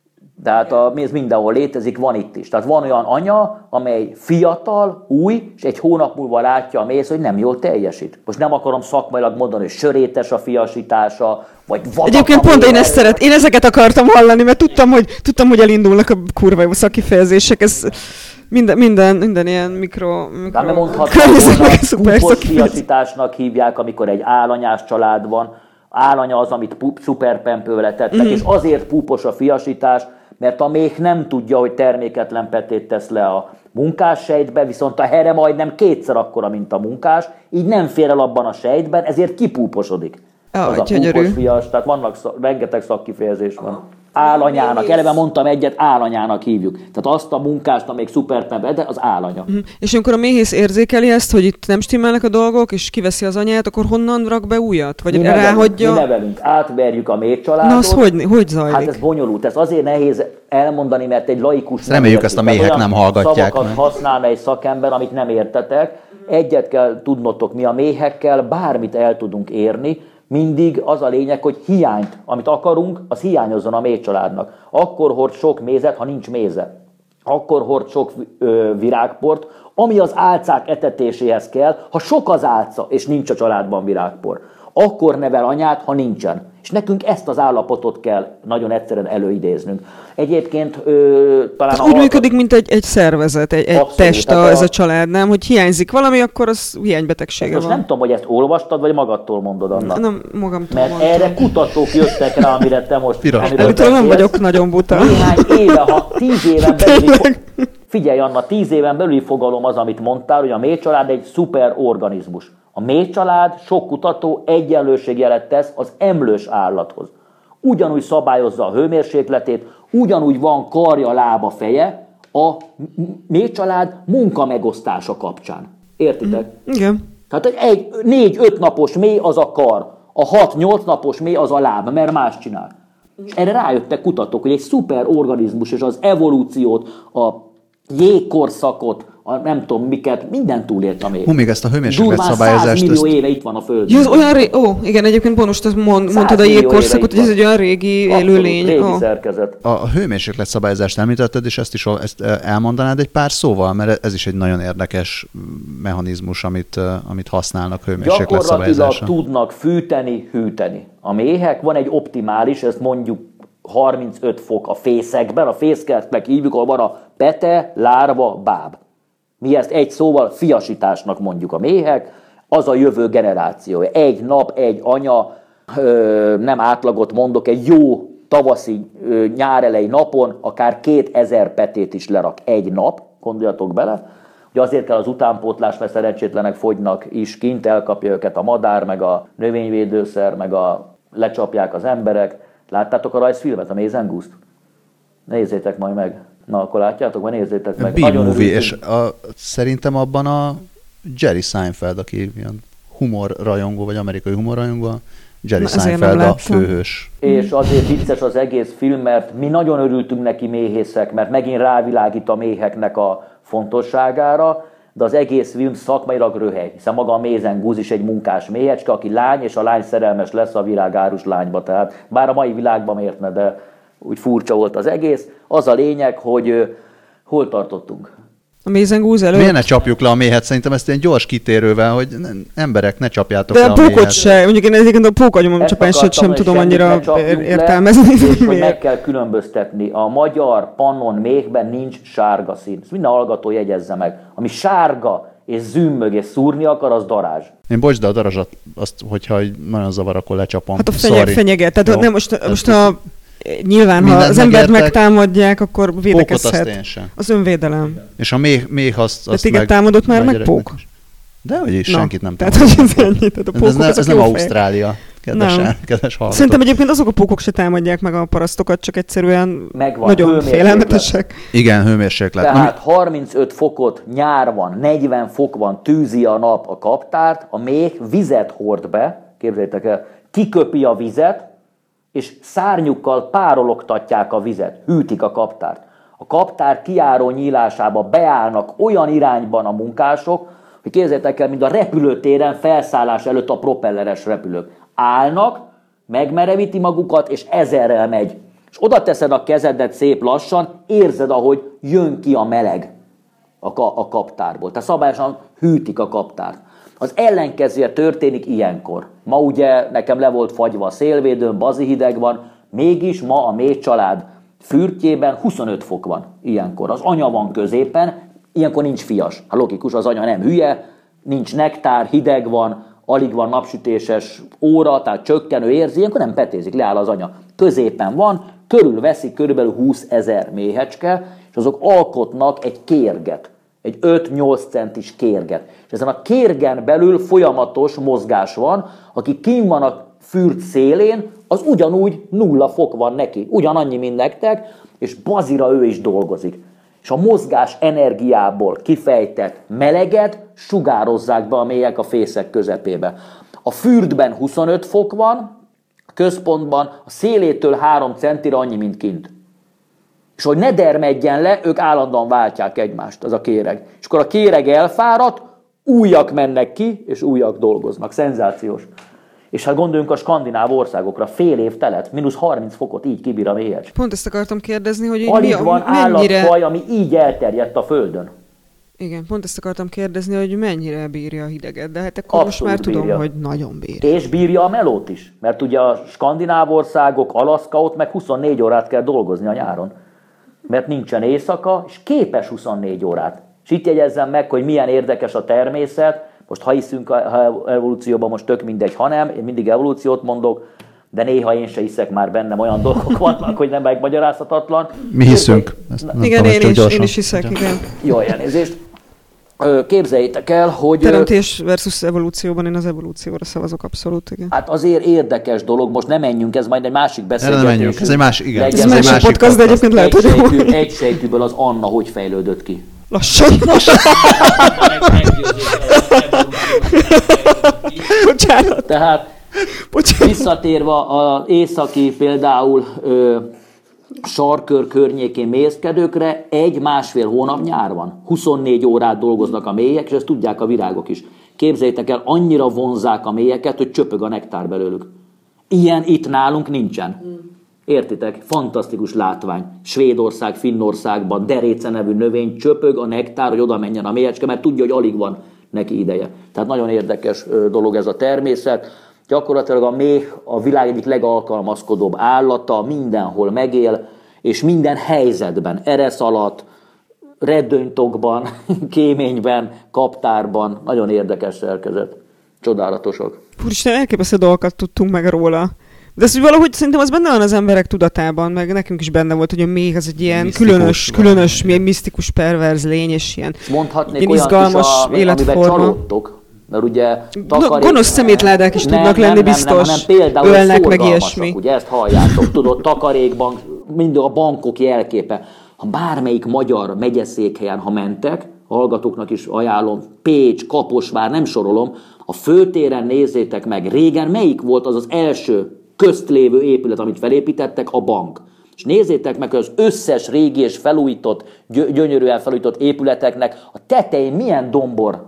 De hát a méz mindenhol létezik, van itt is. Tehát van olyan anya, amely fiatal, új, és egy hónap múlva látja a méz, hogy nem jól teljesít. Most nem akarom szakmailag mondani, hogy sörétes a fiasítása, vagy vadak. Egyébként pont én ezt szeret, én ezeket akartam hallani, mert tudtam, hogy, tudtam, hogy elindulnak a kurva jó szakifejezések. Ez minden, minden, minden ilyen mikro... mikro de mondhatnám, hogy púpos fiasításnak hívják, amikor egy állanyás család van. Állanya az, amit szuperpempővel etettek, mm. és azért púpos a fiasítás, mert a méh nem tudja, hogy terméketlen petét tesz le a munkás sejtbe, viszont a here majdnem kétszer akkora, mint a munkás, így nem fér el abban a sejtben, ezért kipúposodik. Oh, az a púpos fias, tehát vannak, rengeteg szakkifejezés van. Állanyának, eleve mondtam egyet, állanyának hívjuk. Tehát azt a munkást, amelyik szuperpempe, de az állanya. Mm. És amikor a méhész érzékeli ezt, hogy itt nem stimmelnek a dolgok, és kiveszi az anyát, akkor honnan rak be újat? Vagy mi ráhagyja? Mi nevelünk, átverjük a méhcsaládot. Na az hogy, hogy zajlik? Hát ez bonyolult, ez azért nehéz elmondani, mert egy laikus... Reméljük, ezt a méhek nem hallgatják. Szavakat használna egy szakember, amit nem értetek. Egyet kell tudnotok, mi a méhekkel bármit el tudunk érni, mindig az a lényeg, hogy hiányt, amit akarunk, az hiányozzon a méhcsaládnak. Akkor hord sok mézet, ha nincs méze. Akkor hord sok ö, virágport, ami az álcák etetéséhez kell, ha sok az álca, és nincs a családban virágpor. Akkor nevel anyát, ha nincsen. És nekünk ezt az állapotot kell nagyon egyszerűen előidéznünk. Egyébként ö, talán... Úgy hallgat... működik, mint egy, egy szervezet, egy, egy test a, ez a család, nem? Hogy hiányzik valami, akkor az hiánybetegsége most van. Nem tudom, hogy ezt olvastad, vagy magadtól mondod annak. Nem, magamtól Mert mondtam. erre kutatók jöttek rá, amire te most... Elitől nem vagyok nagyon buta. Néhány éve, ha tíz éven belül... Figyelj, Anna, tíz éven belüli fogalom az, amit mondtál, hogy a méhcsalád egy szuper organizmus. A méhcsalád, sok kutató egyenlőségjelet tesz az emlős állathoz. Ugyanúgy szabályozza a hőmérsékletét, ugyanúgy van karja, lába, feje a méhcsalád munkamegosztása kapcsán. Értitek? Mm, igen. Tehát egy négy-öt napos méh az a kar, a hat-nyolc napos méh az a láb, mert más csinál. És erre rájöttek kutatók, hogy egy szuper organizmus és az evolúciót, a jégkorszakot, a nem tudom miket, minden túlélt a méh. Hú, még ezt a hőmérséklet szabályozást... Durván száz millió éve itt van a Földön. Ja, az olyan ré... Ó, igen, egyébként pont most mond, mondtad a jégkorszakot, hogy ez egy olyan régi élőlény. Régi oh. szerkezet. A hőmérséklet szabályozást említetted, és ezt is ezt elmondanád egy pár szóval, mert ez is egy nagyon érdekes mechanizmus, amit, amit használnak hőmérséklet szabályozásra. Gyakorlatilag tudnak fűteni, hűteni. A méhek van egy optimális, ezt mondjuk harmincöt fok a fészekben, a fészkertnek hívjuk, ahol van a pete, lárva, báb. Mi ezt egy szóval fiasításnak mondjuk a méhek, az a jövő generációja. Egy nap, egy anya, nem átlagot mondok, egy jó tavaszi nyárelei napon akár kétezer petét is lerak egy nap, gondoljatok bele. Ugye azért kell az utánpótlás, mert szerencsétlenek fogynak is kint, elkapja őket a madár, meg a növényvédőszer, meg a lecsapják az emberek. Láttátok a rajzfilmet, a Maze and Goose-t? Nézzétek majd meg. Na, akkor látjátok, majd nézzétek meg. B-movie, és a, szerintem abban a Jerry Seinfeld, aki ilyen humorrajongó, vagy amerikai humorrajongó, Jerry Na, Seinfeld a főhős. És azért vicces az egész film, mert mi nagyon örültünk neki méhészek, mert megint rávilágít a méheknek a fontosságára, de az egész film szakmailag röhely, hiszen maga a Maze and Goose is egy munkás méhecske, aki lány, és a lány szerelmes lesz a világárus lányba. Tehát bár a mai világban értne, de úgy furcsa volt az egész. Az a lényeg, hogy uh, hol tartottunk. A Maze and Goose előtt. Miért ne csapjuk le a méhet? Szerintem ezt ilyen gyors kitérővel, hogy ne, emberek, ne csapjátok de le a méhet. De a pókot se. Mondjuk én egyébként a pókagyomom csapását sem tudom annyira értelmezni. És hogy meg kell különböztetni. A magyar pannon méhben nincs sárga szín. Ezt minden hallgató jegyezze meg. Ami sárga és zümmög és szúrni akar, az darázs. Én bocs, de a darazsat, azt, hogyha nagyon zavar, akkor lecsapom. Hát a fenyeg, fenyeget. Tehát nem, most, most a... Nyilván, ha az embert megtámadják, akkor védekezhet. Az önvédelem. És a méh, méh azt, azt de téged meg... támadott már meg pók? Dehogy is, no. senkit nem támadott. Tehát, hogy ez ennyi. Tehát a pókok, ez ne, ez nem Ausztrália, kedves, kedves hallgatók. Szerintem egyébként azok a pókok se támadják meg a parasztokat, csak egyszerűen megvan, nagyon félelmetesek. Igen, hőmérséklet. Tehát harmincöt fokot nyár van, negyven fok van, tűzi a nap a kaptárt, a méh vizet hord be, képzeljétek el, kiköpi a vizet, és szárnyukkal párologtatják a vizet, hűtik a kaptárt. A kaptár kijáró nyílásába beállnak olyan irányban a munkások, hogy képzeljétek el, mint a repülőtéren felszállás előtt a propelleres repülők. Állnak, megmerevíti magukat, és ezerrel megy. és oda teszed a kezedet szép lassan, érzed, ahogy jön ki a meleg a, ka- a kaptárból. Tehát szabályosan hűtik a kaptárt. Az ellenkezője történik ilyenkor. Ma ugye nekem le volt fagyva a szélvédőn, bazi hideg van, mégis ma a méh család fürtjében huszonöt fok van ilyenkor. Az anya van középen, ilyenkor nincs fias. Ha logikus, az anya nem hülye, nincs nektár, hideg van, alig van napsütéses óra, tehát csökkenő érzi, ilyenkor nem petézik, leáll az anya. Középen van, körül veszik körülbelül húszezer méhecske, és azok alkotnak egy kérget, egy öt-nyolc centis kérget. És ezen a kérgen belül folyamatos mozgás van, aki kint van a fürt szélén, az ugyanúgy nulla fok van neki, ugyanannyi, mint nektek, és bazira ő is dolgozik. És a mozgás energiából kifejtett meleget sugározzák be a méhek a fészek közepébe. A fürtben huszonöt fok van, a központban a szélétől három centire annyi, mint kint. És hogy ne dermedjen le, ők állandóan váltják egymást, az a kéreg. És akkor a kéreg elfáradt, újak mennek ki, és újak dolgoznak. Szenzációs. És hát gondoljunk a skandináv országokra, fél év telet, mínusz harminc fokot így kibír a méhecske. Pont ezt akartam kérdezni, hogy alig mi a, van mennyire... állatfaj, ami így elterjedt a földön. Igen, pont ezt akartam kérdezni, hogy mennyire bírja a hideget, de hát akkor Abszolút most már tudom, bírja. hogy nagyon bírja. És bírja a melót is, mert ugye a skandináv országok, Alaszka, ott meg huszonnégy órát kell dolgozni a nyáron, mert nincsen éjszaka, és képes huszonnégy órát. És itt jegyezzem meg, hogy milyen érdekes a természet. Most ha hiszünk a evolúcióban, most tök mindegy, ha nem, én mindig evolúciót mondok, de néha én se hiszek, már bennem olyan dolgok vannak, hogy nem megmagyarázhatatlan. Mi hiszünk. Ezt igen, én is, én is hiszek, igen. Jó, elnézést. Képzeljétek el, hogy... Teremtés versus evolúcióban én az evolúcióra szavazok abszolút, igen. Hát azért érdekes dolog, most nem menjünk, ez majd egy másik beszélgetés. Nem menjünk, ez egy másik, igen. Ez, ez egy másik, másik podcast, de egyébként lehet, hogy egy, egy sejtűből az Anna hogy fejlődött ki? Lassan. Bocsánat. Tehát Bocsánat. Visszatérve az északi például ö, sarkör környékén mészkedőkre, egy-másfél hónap nyár van. huszonnégy órát dolgoznak a méhek, és ezt tudják a virágok is. Képzeljétek el, annyira vonzzák a méheket, hogy csöpög a nektár belőlük. Ilyen itt nálunk nincsen. Értitek? Fantasztikus látvány. Svédország, Finnországban deréce nevű növény csöpög a nektár, hogy oda menjen a méhecske, mert tudja, hogy alig van neki ideje. Tehát nagyon érdekes dolog ez a természet. Gyakorlatilag a méh a világ egyik legalkalmazkodóbb állata, mindenhol megél, és minden helyzetben, eresz alatt, reddönytokban, kéményben, kaptárban. Nagyon érdekes szerkezet. Csodálatosak. Úristen, elképesztő dolgokat tudtunk meg róla. De ez valahogy szerintem az benne van az emberek tudatában, meg nekünk is benne volt, hogy a méh az egy ilyen misztikus, különös, különös, milyen misztikus, perverz lény, és ilyen, mondhatnék ilyen izgalmas is, a, életforma. Amiben csalódtok, mert ugye takarék... Gonosz szemétládák is nem, tudnak nem, lenni, nem, biztos, nem, nem, például ölnek meg ilyesmi. Ugye ezt halljátok, tudod, takarékbank, mind a bankok jelképe. Ha bármelyik magyar megyeszékhelyen, ha mentek, a hallgatóknak is ajánlom, Pécs, Kaposvár, nem sorolom, a főtéren nézzétek meg, régen melyik volt az az első közt lévő épület, amit felépítettek, a bank. És nézzétek meg, hogy az összes régi és felújított, gyönyörűen felújított épületeknek a tetején milyen dombor.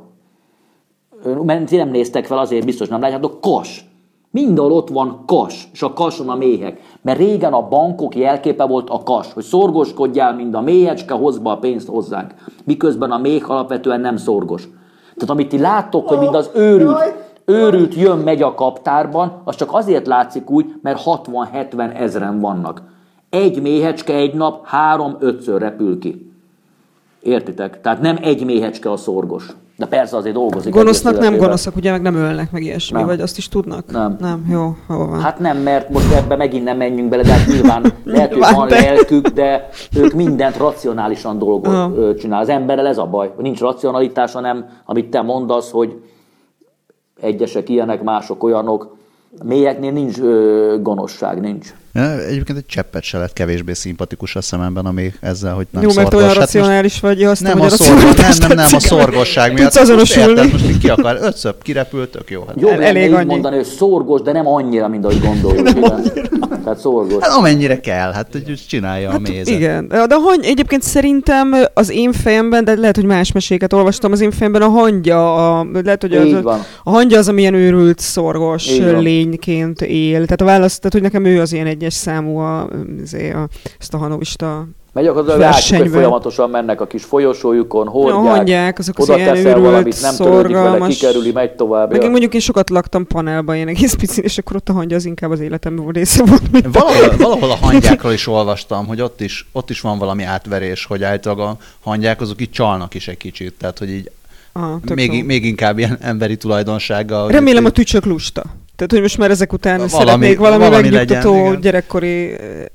Mert nem néztek fel, azért biztos nem látjátok, kas. Mindenhol ott van kas, és a kason a méhek. Mert régen a bankok jelképe volt a kas, hogy szorgoskodjál, mint a méhecske, hozd be a pénzt hozzánk. Miközben a méh alapvetően nem szorgos. Tehát amit ti láttok, hogy mind az őrült, őrült jön, megy a kaptárban, az csak azért látszik úgy, mert hatvan-hetven ezren vannak. Egy méhecske egy nap három-ötször repül ki. Értitek? Tehát nem egy méhecske a szorgos. De persze azért dolgozik. Gonosznak nem gonoszak, ugye meg nem ölnek meg ilyesmi, nem. Vagy azt is tudnak? Nem. Nem, jó, hol van. Hát nem, mert most ebbe megint nem menjünk bele, de hát nyilván lehet, hogy van lelkük, de ők mindent racionálisan dolgot uh. csinál. Az emberrel ez a baj, hogy nincs racionalitás, hanem amit te mondasz, hogy egyesek ilyenek, mások olyanok. Mélyeknél nincs ö, gonoszság, nincs. Ja, egyébként egy cseppet se lett kevésbé szimpatikus a szememben, ami ezzel, hogy nem jó, szorgos. Jó, mert olyan racionális vagy, azt nem, a szorgos, nem, nem, nem, a szorgosság miatt. Tudsz azonosulni. Érted, most ki akar, ötször kirepült, tök jó. Hát jó, elég annyi. Mondani, hogy szorgos, de nem annyira, mint ahogy gondoljuk. Tehát szorgos. Hát amennyire kell, hát hogy csinálja hát, a mézet. Igen, de a hany, egyébként szerintem az én fejemben, de lehet, hogy más meséket olvastam, az én fejemben a hangya, a, lehet, hogy az, a hangya az, amilyen őrült, szorgos lényként él. Tehát a válasz, tehát hogy nekem ő az ilyen egy egyes számú a, a, a, ezt a hanovista Megy akkor a látjuk, hogy folyamatosan mennek a kis folyosójukon, hordják, ja, hagyják, azok oda az teszel valamit, nem törődik vele, kikerüli, megy tovább. Meg ja. Mondjuk én sokat laktam panelban, én egész picin, és akkor ott a hangya az inkább az életemben része volt. Valahol, valahol a hangyákról is olvastam, hogy ott is, ott is van valami átverés, hogy általában a hangyák azok így csalnak is egy kicsit, tehát hogy így Aha, még, még inkább ilyen emberi tulajdonsággal. Remélem a tücsök lusta. Tehát, hogy most már ezek után valami, szeretnék valami, valami megnyugtató gyerekkori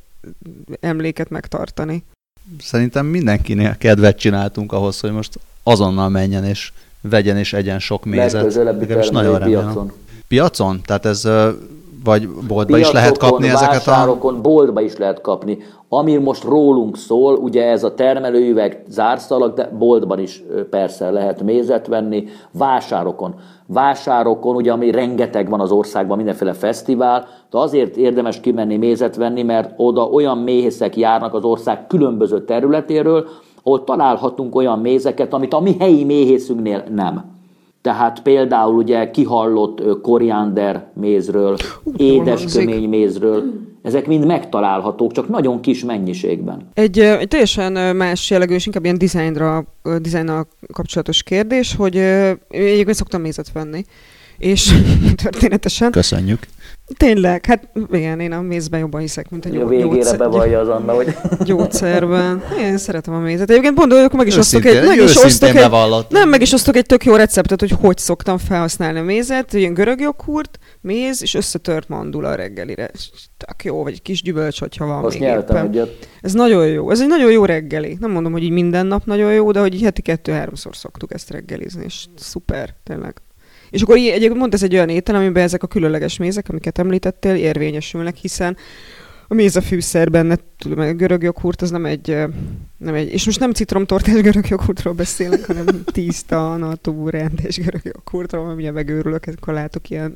emléket megtartani. Szerintem mindenkinél kedvet csináltunk ahhoz, hogy most azonnal menjen és vegyen és egyen sok mézet. Legközelebbi termelői piacon. Piacon? Tehát ez vagy boltba is lehet kapni ezeket a... vásárokon, boltba is lehet kapni. Ami most rólunk szól, ugye ez a termelőüveg zárszalag, de boltban is persze lehet mézet venni, vásárokon. Vásárokon, ugye ami rengeteg van az országban, mindenféle fesztivál, de azért érdemes kimenni mézet venni, mert oda olyan méhészek járnak az ország különböző területéről, ahol találhatunk olyan mézeket, amit a mi helyi méhészünknél nem. Tehát például ugye kihallott koriander mézről, édeskömény mézről, ezek mind megtalálhatók, csak nagyon kis mennyiségben. Egy, egy teljesen más jellegű, és inkább ilyen dizájnra, dizájnnal kapcsolatos kérdés, hogy egyébként szoktam mézet venni, és történetesen... Köszönjük. Tényleg, hát igen, én a mézben jobban hiszek, mint a gyó- a végére gyógyszer... bevallja az Anna, hogy... gyógyszerben. Én szeretem a mézet. Egyébként pont, hogy meg is őszintén, osztok egy... Meg is osztok egy nem, meg is osztok egy tök jó receptet, hogy hogy szoktam felhasználni a mézet. Ilyen görög joghurt, méz, és összetört mandula a reggelire. Tök jó, vagy egy kis gyümölcs, hogyha van. Most még éppen. Egyet. Ez nagyon jó. Ez egy nagyon jó reggeli. Nem mondom, hogy így minden nap nagyon jó, de hogy így heti kettő-háromszor szoktuk ezt reggelizni, és szuper, tényleg. És akkor egyébként mondta, ez egy olyan étel, amiben ezek a különleges mézek, amiket említettél, érvényesülnek, hiszen a méz a fűszer benne, tudom, a görög joghurt az nem egy, nem egy, és most nem citromtortás görög joghurtról beszélek, hanem tiszta, natúr, rendes görög joghurtról, mert ugye megőrülök, akkor látok ilyen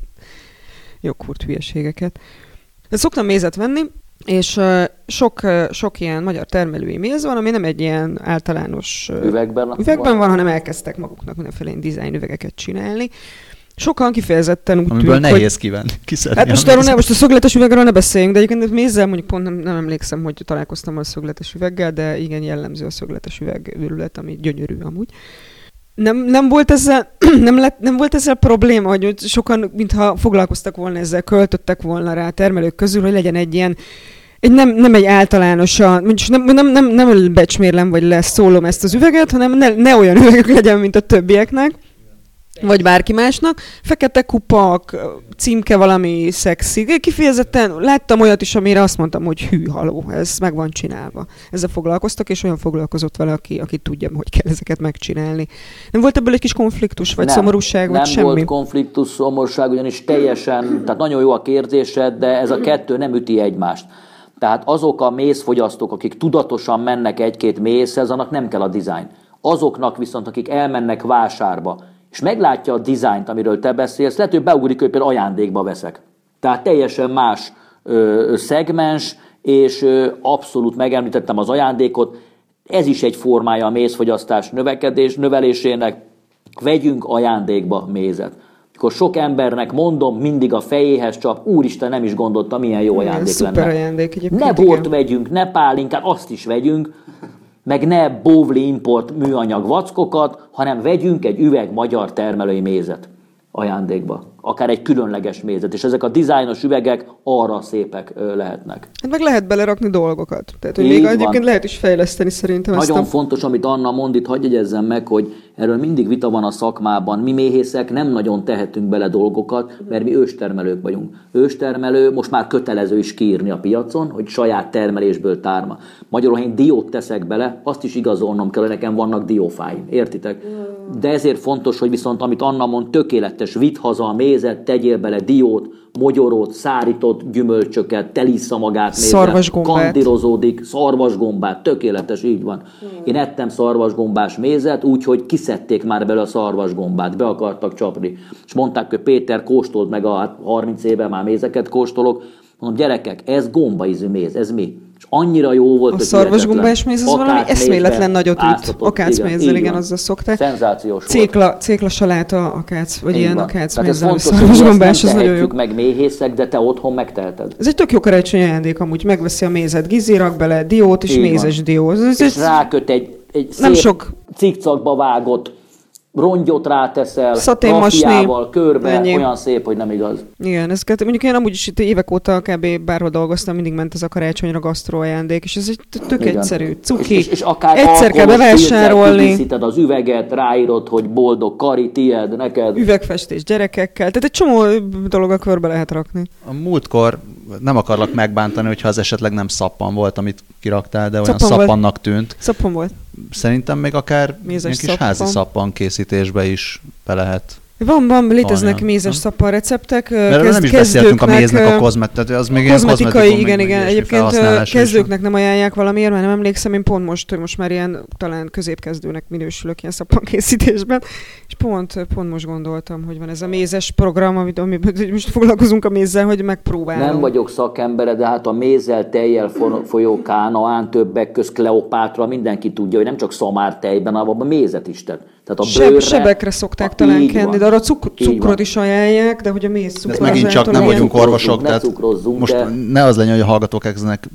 joghurt hülyeségeket. De szoktam mézet venni, és uh, sok, uh, sok ilyen magyar termelői méz van, ami nem egy ilyen általános uh, üvegben, üvegben van. van, hanem elkezdtek maguknak mindenféle dizájn üvegeket csinálni. Sokan kifejezetten úgy amiből tűnik, nehéz kivenni. Hát most arról nem, most a szögletes üvegről ne beszéljünk, de egyébként mézzel mondjuk pont nem, nem emlékszem, hogy találkoztam a szögletes üveggel, de igen, jellemző a szögletes üveg őrület, ami gyönyörű amúgy. Nem, nem, volt ezzel, nem, lett, nem volt ezzel probléma, hogy sokan, mintha foglalkoztak volna ezzel, költöttek volna rá a termelők közül, hogy legyen egy ilyen, egy nem, nem egy általánosan, nem, nem, nem, nem becsmérlem, vagy leszólom ezt az üveget, hanem ne, ne olyan üvegek legyen, mint a többieknek, vagy bárki másnak. Fekete kupak, címke valami szexi. Kifejezetten láttam olyat is, amire azt mondtam, hogy hű, haló, ez meg van csinálva. Ezzel foglalkoztak, és olyan foglalkozott vele, aki, aki tudja, hogy kell ezeket megcsinálni. Nem volt ebből egy kis konfliktus, vagy nem, szomorúság, vagy nem semmi? Nem volt konfliktus, szomorúság, ugyanis teljesen, tehát nagyon jó a kérdésed, de ez a kettő nem üti egymást. Tehát azok a mézfogyasztók, akik tudatosan mennek egy-két mézhez, annak nem kell a dizájn. Azoknak viszont, akik elmennek vásárba, és meglátja a dizájnt, amiről te beszélsz, lehet, hogy beugrik, hogy például ajándékba veszek. Tehát teljesen más ö, szegmens, és ö, abszolút megemlítettem az ajándékot. Ez is egy formája a mézfogyasztás növekedés, növelésének. Vegyünk ajándékba mézet. Akkor sok embernek mondom, mindig a fejéhez csap, úristen, nem is gondoltam, milyen jó ajándék szuper lenne. Ajándék egyébként. Ne bort vegyünk, ne pálinkát, azt is vegyünk, meg ne bóvli import műanyag vackokat, hanem vegyünk egy üveg magyar termelői mézet ajándékba. Akár egy különleges mézet. És ezek a dizájnos üvegek arra szépek lehetnek. Hát meg lehet belerakni dolgokat. Tehát, hogy még egyébként lehet is fejleszteni szerintem. Nagyon ezt a... fontos, amit Anna mond, itt hagyj jegyezzem meg, hogy erről mindig vita van a szakmában. Mi méhészek nem nagyon tehetünk bele dolgokat, mert mi őstermelők vagyunk. Őstermelő, most már kötelező is kiírni a piacon, hogy saját termelésből tárma. Magyarul, ha én diót teszek bele, azt is igazolnom kell, hogy nekem vannak diófáim. Értitek? De ezért fontos, hogy viszont amit Anna mond, tökéletes, vidd haza a mézet, tegyél bele diót, mogyorót, szárított gyümölcsöket, telissza magát mézzel, kandírozódik, szarvasgombát, tökéletes, így van. Én ettem szarvasgombás mézet, úgyhogy kiszedték már belőle a szarvasgombát, be akartak csapni. És mondták, hogy Péter, kóstold meg, a hát harminc éve már mézeket kóstolok. Mondom, gyerekek, ez gombaízű méz, ez mi? És És annyira jó volt, a szarvasgombás méz az valami eszméletlen nagyot üt. Akácmézzel, igen, azzal szokták. Szenzációs cékla, volt. Cékla saláta, akác, vagy ilyen akácmézzel, a szarvasgombás, az nagyon jó. meg méhészek, de te otthon megteheted. Ez egy tök jó karácsonyi ajándék amúgy. Megveszi a mézet, Gizi, rak bele diót és mézes dió. Ez, és ráköt egy, egy nem szép sok cikcakba vágott rongyot ráteszel, szatémosni, rafiával, körbe, ennyi. olyan szép, hogy nem igaz. Igen, ez mondjuk én amúgy is itt évek óta kb. Bárhol dolgoztam, mindig ment ez a karácsonyra gasztró ajándék, és ez egy tök igen. egyszerű, cuki, és, és, és akár egyszer kell bevásárolni. Kiszíted az üveget, ráírod, hogy boldog Kari, tied, neked. Üvegfestés gyerekekkel, tehát egy csomó dolog a körbe lehet rakni. A múltkor nem akarlak megbántani, hogyha az esetleg nem szappan volt, amit kiraktál, de olyan szappan szappannak volt. tűnt. Szappan volt. Szerintem még akár mézes egy kis szappan. házi szappan készítésbe is be lehet. Van, van, léteznek Olyan. mézes szappan receptek. Mert Kezd, nem is beszéltünk a méznek a kozmet, tehát az még ilyen kozmetikai, igen, igen. Egyébként kezdőknek nem ajánlják valamiért, mert nem emlékszem, én pont most, most már ilyen talán középkezdőnek minősülök ilyen szappankészítésben, és pont, pont most gondoltam, hogy van ez a mézes program, amit, amiben most foglalkozunk a mézzel, hogy megpróbálom. Nem vagyok szakembere, de hát a mézzel, tejjel folyó Kánaán, többek köz Kleopátra, mindenki tudja, hogy nem csak szamár tejben, hanem a mézet is tett. Tehát a Seb, bőrre, sebekre szokták a, talán kenni, de arra cuk- cukrot van. is ajánlják, de hogy a méz cukor... Ez megint csak nem vagyunk orvosok, ne tehát most de... ne az legyen, hogy a hallgatók elkezdenek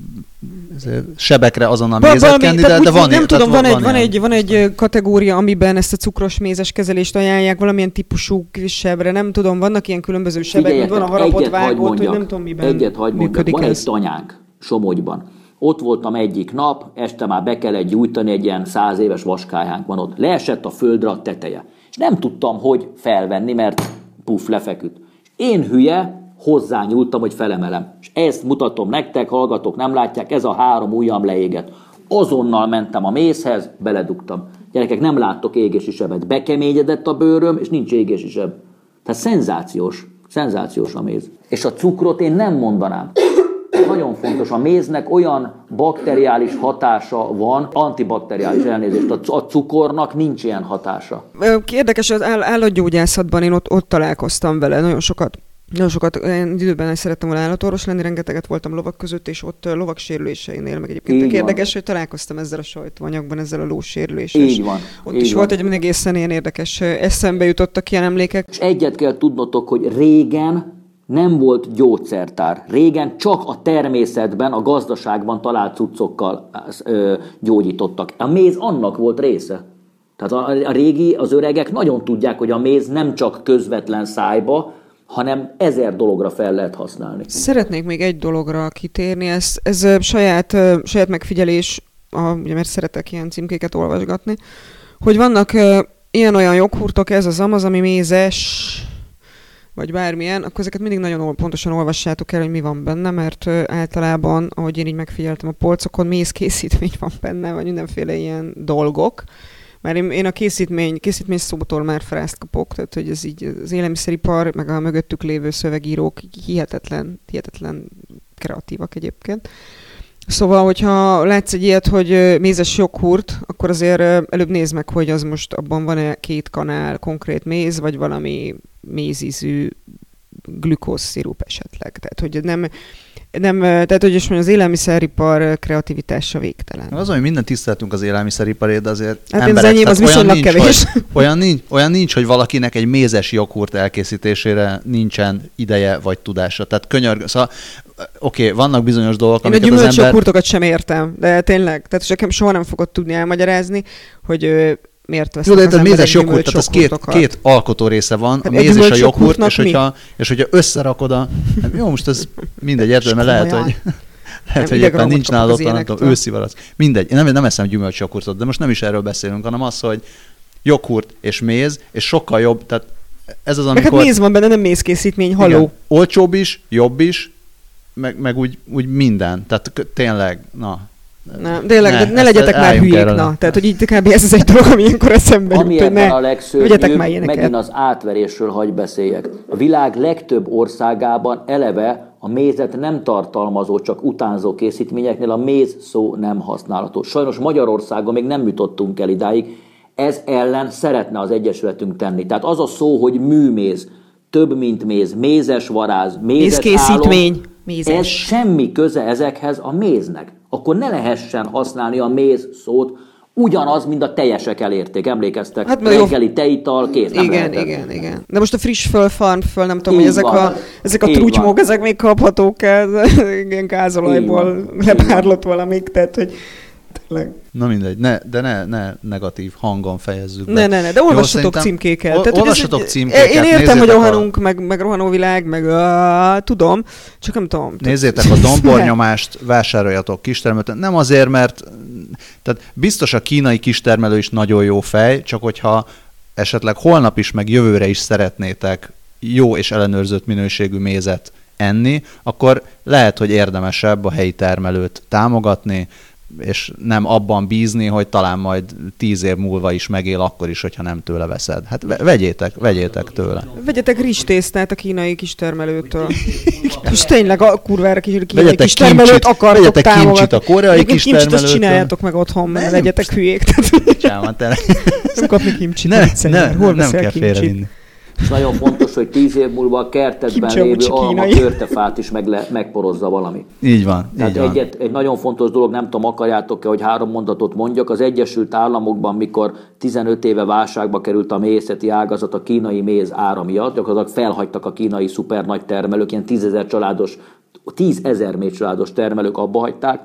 sebekre azon a mézet kenni, de, de van... Nem tudom, van, van, egy, van, egy, van egy kategória, amiben ezt a cukros mézes kezelést ajánlják, valamilyen típusú sebre, nem tudom, vannak ilyen különböző sebek, mint van a harapott vágót, hogy nem tudom miben egyet hagy mondjak, van ez. egy tanyánk Somogyban. Ott voltam egyik nap, este már be kellett gyújtani, egy ilyen száz éves vaskályhánk van ott. Leesett a földre a teteje. És nem tudtam, hogy felvenni, mert puf, lefeküdt. Én hülye, hozzányúltam, hogy felemelem. És ezt mutatom nektek, hallgatók, nem látják, ez a három ujjam leégett. Azonnal mentem a mézhez, beledugtam. Gyerekek, nem láttok égési sebet. Bekeményedett a bőröm, és nincs égési seb. Tehát szenzációs, szenzációs a méz. És a cukrot én nem mondanám. Nagyon fontos, a méznek olyan bakteriális hatása van, antibakteriális elnézést, a cukornak nincs ilyen hatása. Érdekes, az áll- állatgyógyászatban én ott, ott találkoztam vele, nagyon sokat. Nagyon sokat, én időben is szerettem volna állatorvos lenni, rengeteget voltam lovak között, és ott lovak sérüléseinél, meg egyébként érdekes, hogy találkoztam ezzel a sajtóanyagban, ezzel a lósérüléssel. Így van. Ott így is van. volt egy egészen ilyen érdekes, eszembe jutottak ilyen emlékek. És egyet kell tudnotok, hogy régen nem volt gyógyszertár. Régen csak a természetben, a gazdaságban talált cuccokkal ö, gyógyítottak. A méz annak volt része. Tehát a, a régi, az öregek nagyon tudják, hogy a méz nem csak közvetlen szájba, hanem ezer dologra fel lehet használni. Szeretnék még egy dologra kitérni, ez, ez saját, saját megfigyelés, a, ugye, mert szeretek ilyen címkéket olvasgatni, hogy vannak ilyen-olyan joghurtok, ez az amaz, ami mézes, vagy bármilyen, akkor ezeket mindig nagyon pontosan olvassátok el, hogy mi van benne, mert általában, ahogy én így megfigyeltem a polcokon, mézkészítmény van benne, vagy mindenféle ilyen dolgok. Mert én, én a készítmény, készítmény szótól már frászt kapok, tehát hogy ez így az élelmiszeripar, meg a mögöttük lévő szövegírók hihetetlen, hihetetlen kreatívak egyébként. Szóval, hogyha látsz egy ilyet, hogy mézes joghurt, akkor azért előbb nézd meg, hogy az most abban van-e két kanál konkrét méz, vagy valami mézízű glükózszirup esetleg. Tehát, hogy nem, nem, tehát, hogy is mondjam, az élelmiszeripar kreativitása végtelen. Az, hogy minden tiszteltünk az élelmiszeriparét, de azért hát emberek, enyém, az viszonylag nincs, kevés. Hogy, olyan, nincs, olyan nincs, hogy valakinek egy mézes joghurt elkészítésére nincsen ideje vagy tudása. Tehát könyörgő. Szóval, oké, okay, vannak bizonyos dolgok, én amiket az ember... Én a gyümölcsjoghurtokat sem értem, de tényleg. Tehát nekem soha nem fogod tudni elmagyarázni, hogy miért vesznek jó, az de a mézes joghurt, tehát az két, két alkotó része van, hát a méz és a joghurt, és hogyha, és hogyha összerakod a... Jó, most ez mindegy, érted, mert lehet, hogy... Lehet, hogy éppen nincs nálad, nem tudom, őszivarac. Mindegy, én nem, nem eszem gyümölcsjoghurtot, de most nem is erről beszélünk, hanem az, hogy joghurt és méz, és sokkal jobb, tehát ez az, amikor... Meg hát méz van benne, nem mézkészítmény, haló. Igen, olcsóbb is, jobb is, meg, meg úgy, úgy minden, tehát tényleg, na... Na, tényleg, ne, de ne legyetek már hülyék, erre. Na. Tehát, hogy így kb. Ez az egy dolog, ami ilyenkor eszembe jut, hogy ne a legszörnyűbb, megint az átverésről hagy beszéljek. A világ legtöbb országában eleve a mézet nem tartalmazó, csak utánzó készítményeknél a méz szó nem használható. Sajnos Magyarországon még nem jutottunk el idáig, ez ellen szeretne az Egyesületünk tenni. Tehát az a szó, hogy műméz, több mint méz, mézes varáz, mézes mézkészítmény, mézes. Ez semmi köze ezekhez a méznek. akkor ne lehessen használni a méz szót, ugyanaz, mint a teljesek elérték. Emlékeztek? Hát, reggeli teital, kész. Igen, lehetett. igen, igen. De most a friss föl, farm föl, nem tudom, Így hogy ezek van. a, ezek a trutymok, ezek még kaphatók el, igen, gázolajból lepárlott valamik, tehát, hogy tényleg. Na mindegy, ne, de ne, ne negatív hangon fejezzük be. Ne, ne, ne, de olvassatok címkéket. Ol, Tehát, olvassatok ez, címkéket. Én értem, hogy rohanunk, a... meg, meg rohanó világ, meg uh, tudom, csak nem tudom. Nézzétek a dombornyomást, vásároljatok kistermelőt. Nem azért, mert tehát biztos a kínai kistermelő is nagyon jó fej, csak hogyha esetleg holnap is, meg jövőre is szeretnétek jó és ellenőrzött minőségű mézet enni, akkor lehet, hogy érdemesebb a helyi termelőt támogatni, és nem abban bízni, hogy talán majd tíz év múlva is megél, akkor is, hogyha nem tőle veszed. Hát vegyétek, vegyétek tőle. Vegyetek rizstésztát a kínai kistermelőtől. Most tényleg a kurvára kínai vegyetek kistermelőt kimcsit, akartok vegyetek támogatni. kimcsit a koreai kistermelőtől. Kimcsit azt csináljátok meg otthon, mert legyetek hülyék. Csáma, te... Nem kapni kimcsit. Ne, ne, ne, nem kell félrevinni. És nagyon fontos, hogy tíz év múlva a kertedben lévő alma körtefát is meg le, megporozza valami. Így van. Tehát így van. Egyet, egy nagyon fontos dolog, nem tudom, akarjátok-e, hogy három mondatot mondjak. Az Egyesült Államokban, mikor tizenöt éve válságba került a méhészeti ágazat a kínai méz ára miatt, gyakorlatilag felhagytak a kínai szuper nagy termelők, ilyen tízezer családos, tízezer méh családos termelők abba hagyták.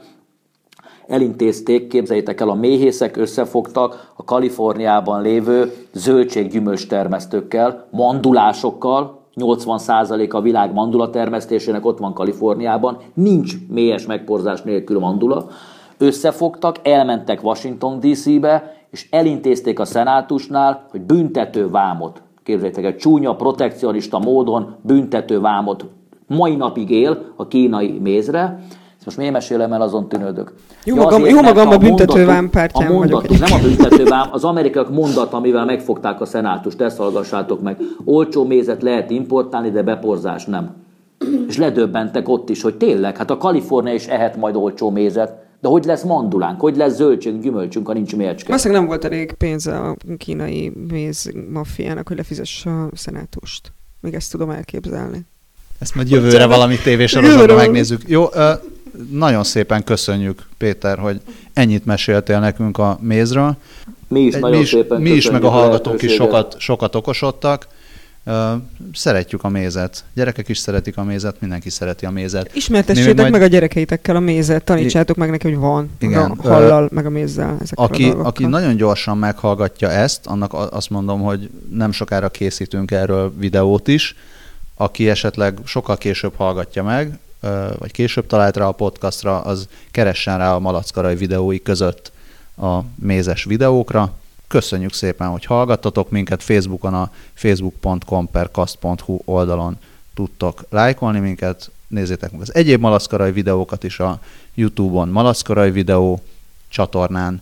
Elintézték, képzeljétek el, a méhészek összefogtak a Kaliforniában lévő zöldség-gyümölcs termesztőkkel, mandulásokkal, nyolcvan százalék a világ mandula termesztésének ott van Kaliforniában, nincs méhes megporzás nélkül mandula. Összefogtak, elmentek Washington dé cé-be, és elintézték a szenátusnál, hogy büntető vámot, képzeljétek el, csúnya, protekcionista módon büntető vámot mai napig él a kínai mézre. Most miért mesélem el, azon tűnődök. Jó, ja, magam, jó magam a büntetővám pártján a mondatuk, vagyok. Nem a büntetővám, az amerikaiak mondat, amivel megfogták a szenátust, ezt hallgassátok meg. Olcsó mézet lehet importálni, de beporzás nem. És ledöbbentek ott is, hogy tényleg, hát a Kalifornia is ehet majd olcsó mézet, de hogy lesz mandulánk, hogy lesz zöldség, gyümölcsünk, ha nincs méhecske. Valószínűleg nem volt elég pénze a kínai méz maffiának, hogy lefizesse a szenátust. Még ezt tudom elképzelni. Ezt majd jövőre valami tévésorozatban megnézzük. Jó, nagyon szépen köszönjük, Péter, hogy ennyit meséltél nekünk a mézről. Mi is Egy, nagyon mi is, szépen Mi is, meg a hallgatók is sokat, sokat okosodtak. Szeretjük a mézet. Gyerekek is szeretik a mézet, mindenki szereti a mézet. Ismertessétek majd... meg a gyerekeitekkel a mézet, tanítsátok I... meg neki, hogy van. Igen. A hallal, meg a mézzel. Aki, aki nagyon gyorsan meghallgatja ezt, annak azt mondom, hogy nem sokára készítünk erről videót is. Aki esetleg sokkal később hallgatja meg, vagy később talált rá a podcastra, az keressen rá a Malackarai videói között a mézes videókra. Köszönjük szépen, hogy hallgattatok minket. Facebookon a facebook pont com per kast pont hu oldalon tudtok lájkolni minket. Nézzétek meg az egyéb Malackarai videókat is a YouTube-on, Malackarai videó csatornán.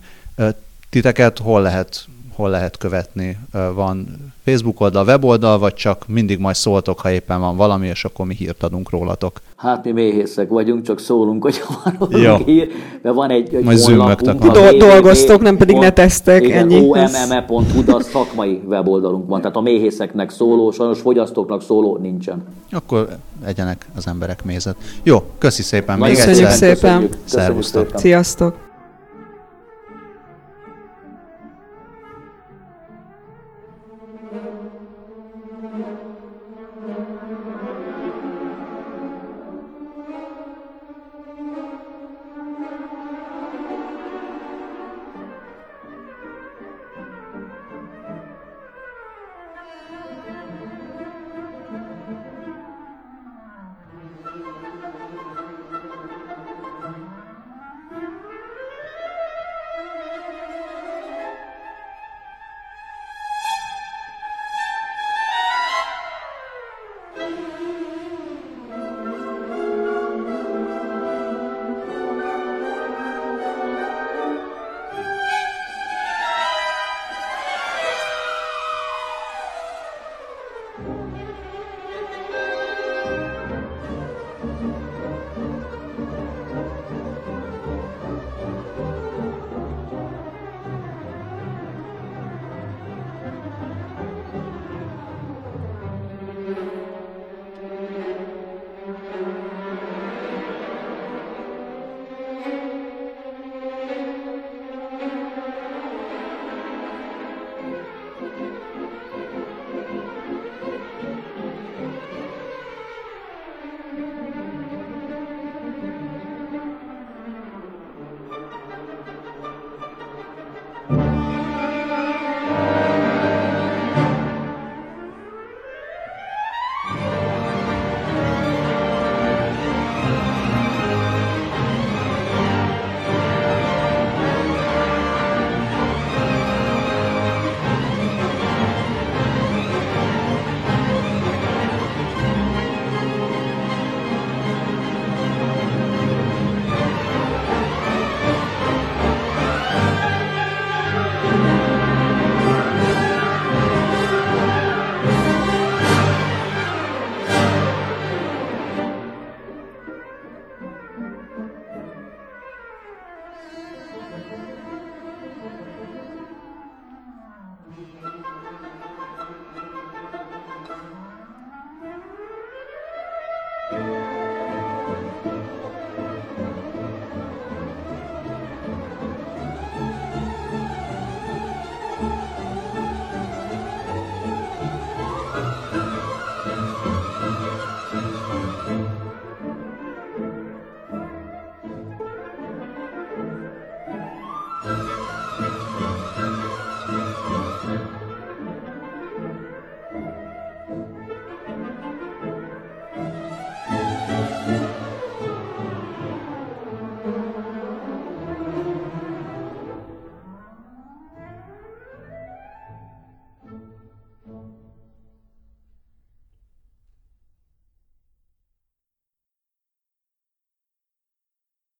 Titeket hol lehet, hol lehet követni? Van Facebook oldal, weboldal, vagy csak mindig majd szóltok, ha éppen van valami, és akkor mi hírt adunk rólatok? Hát mi méhészek vagyunk, csak szólunk, hogy van hír, mert van egy, egy honlapunk. Do- dolgoztok, nem pedig neteztek, ennyi. o m m e pont hu, de szakmai weboldalunk van, tehát a méhészeknek szóló, sajnos fogyasztóknak szóló nincsen. Akkor egyenek az emberek mézet. Jó, köszi szépen még egyszer. Köszönjük szépen. Szervusztok. Sziasztok.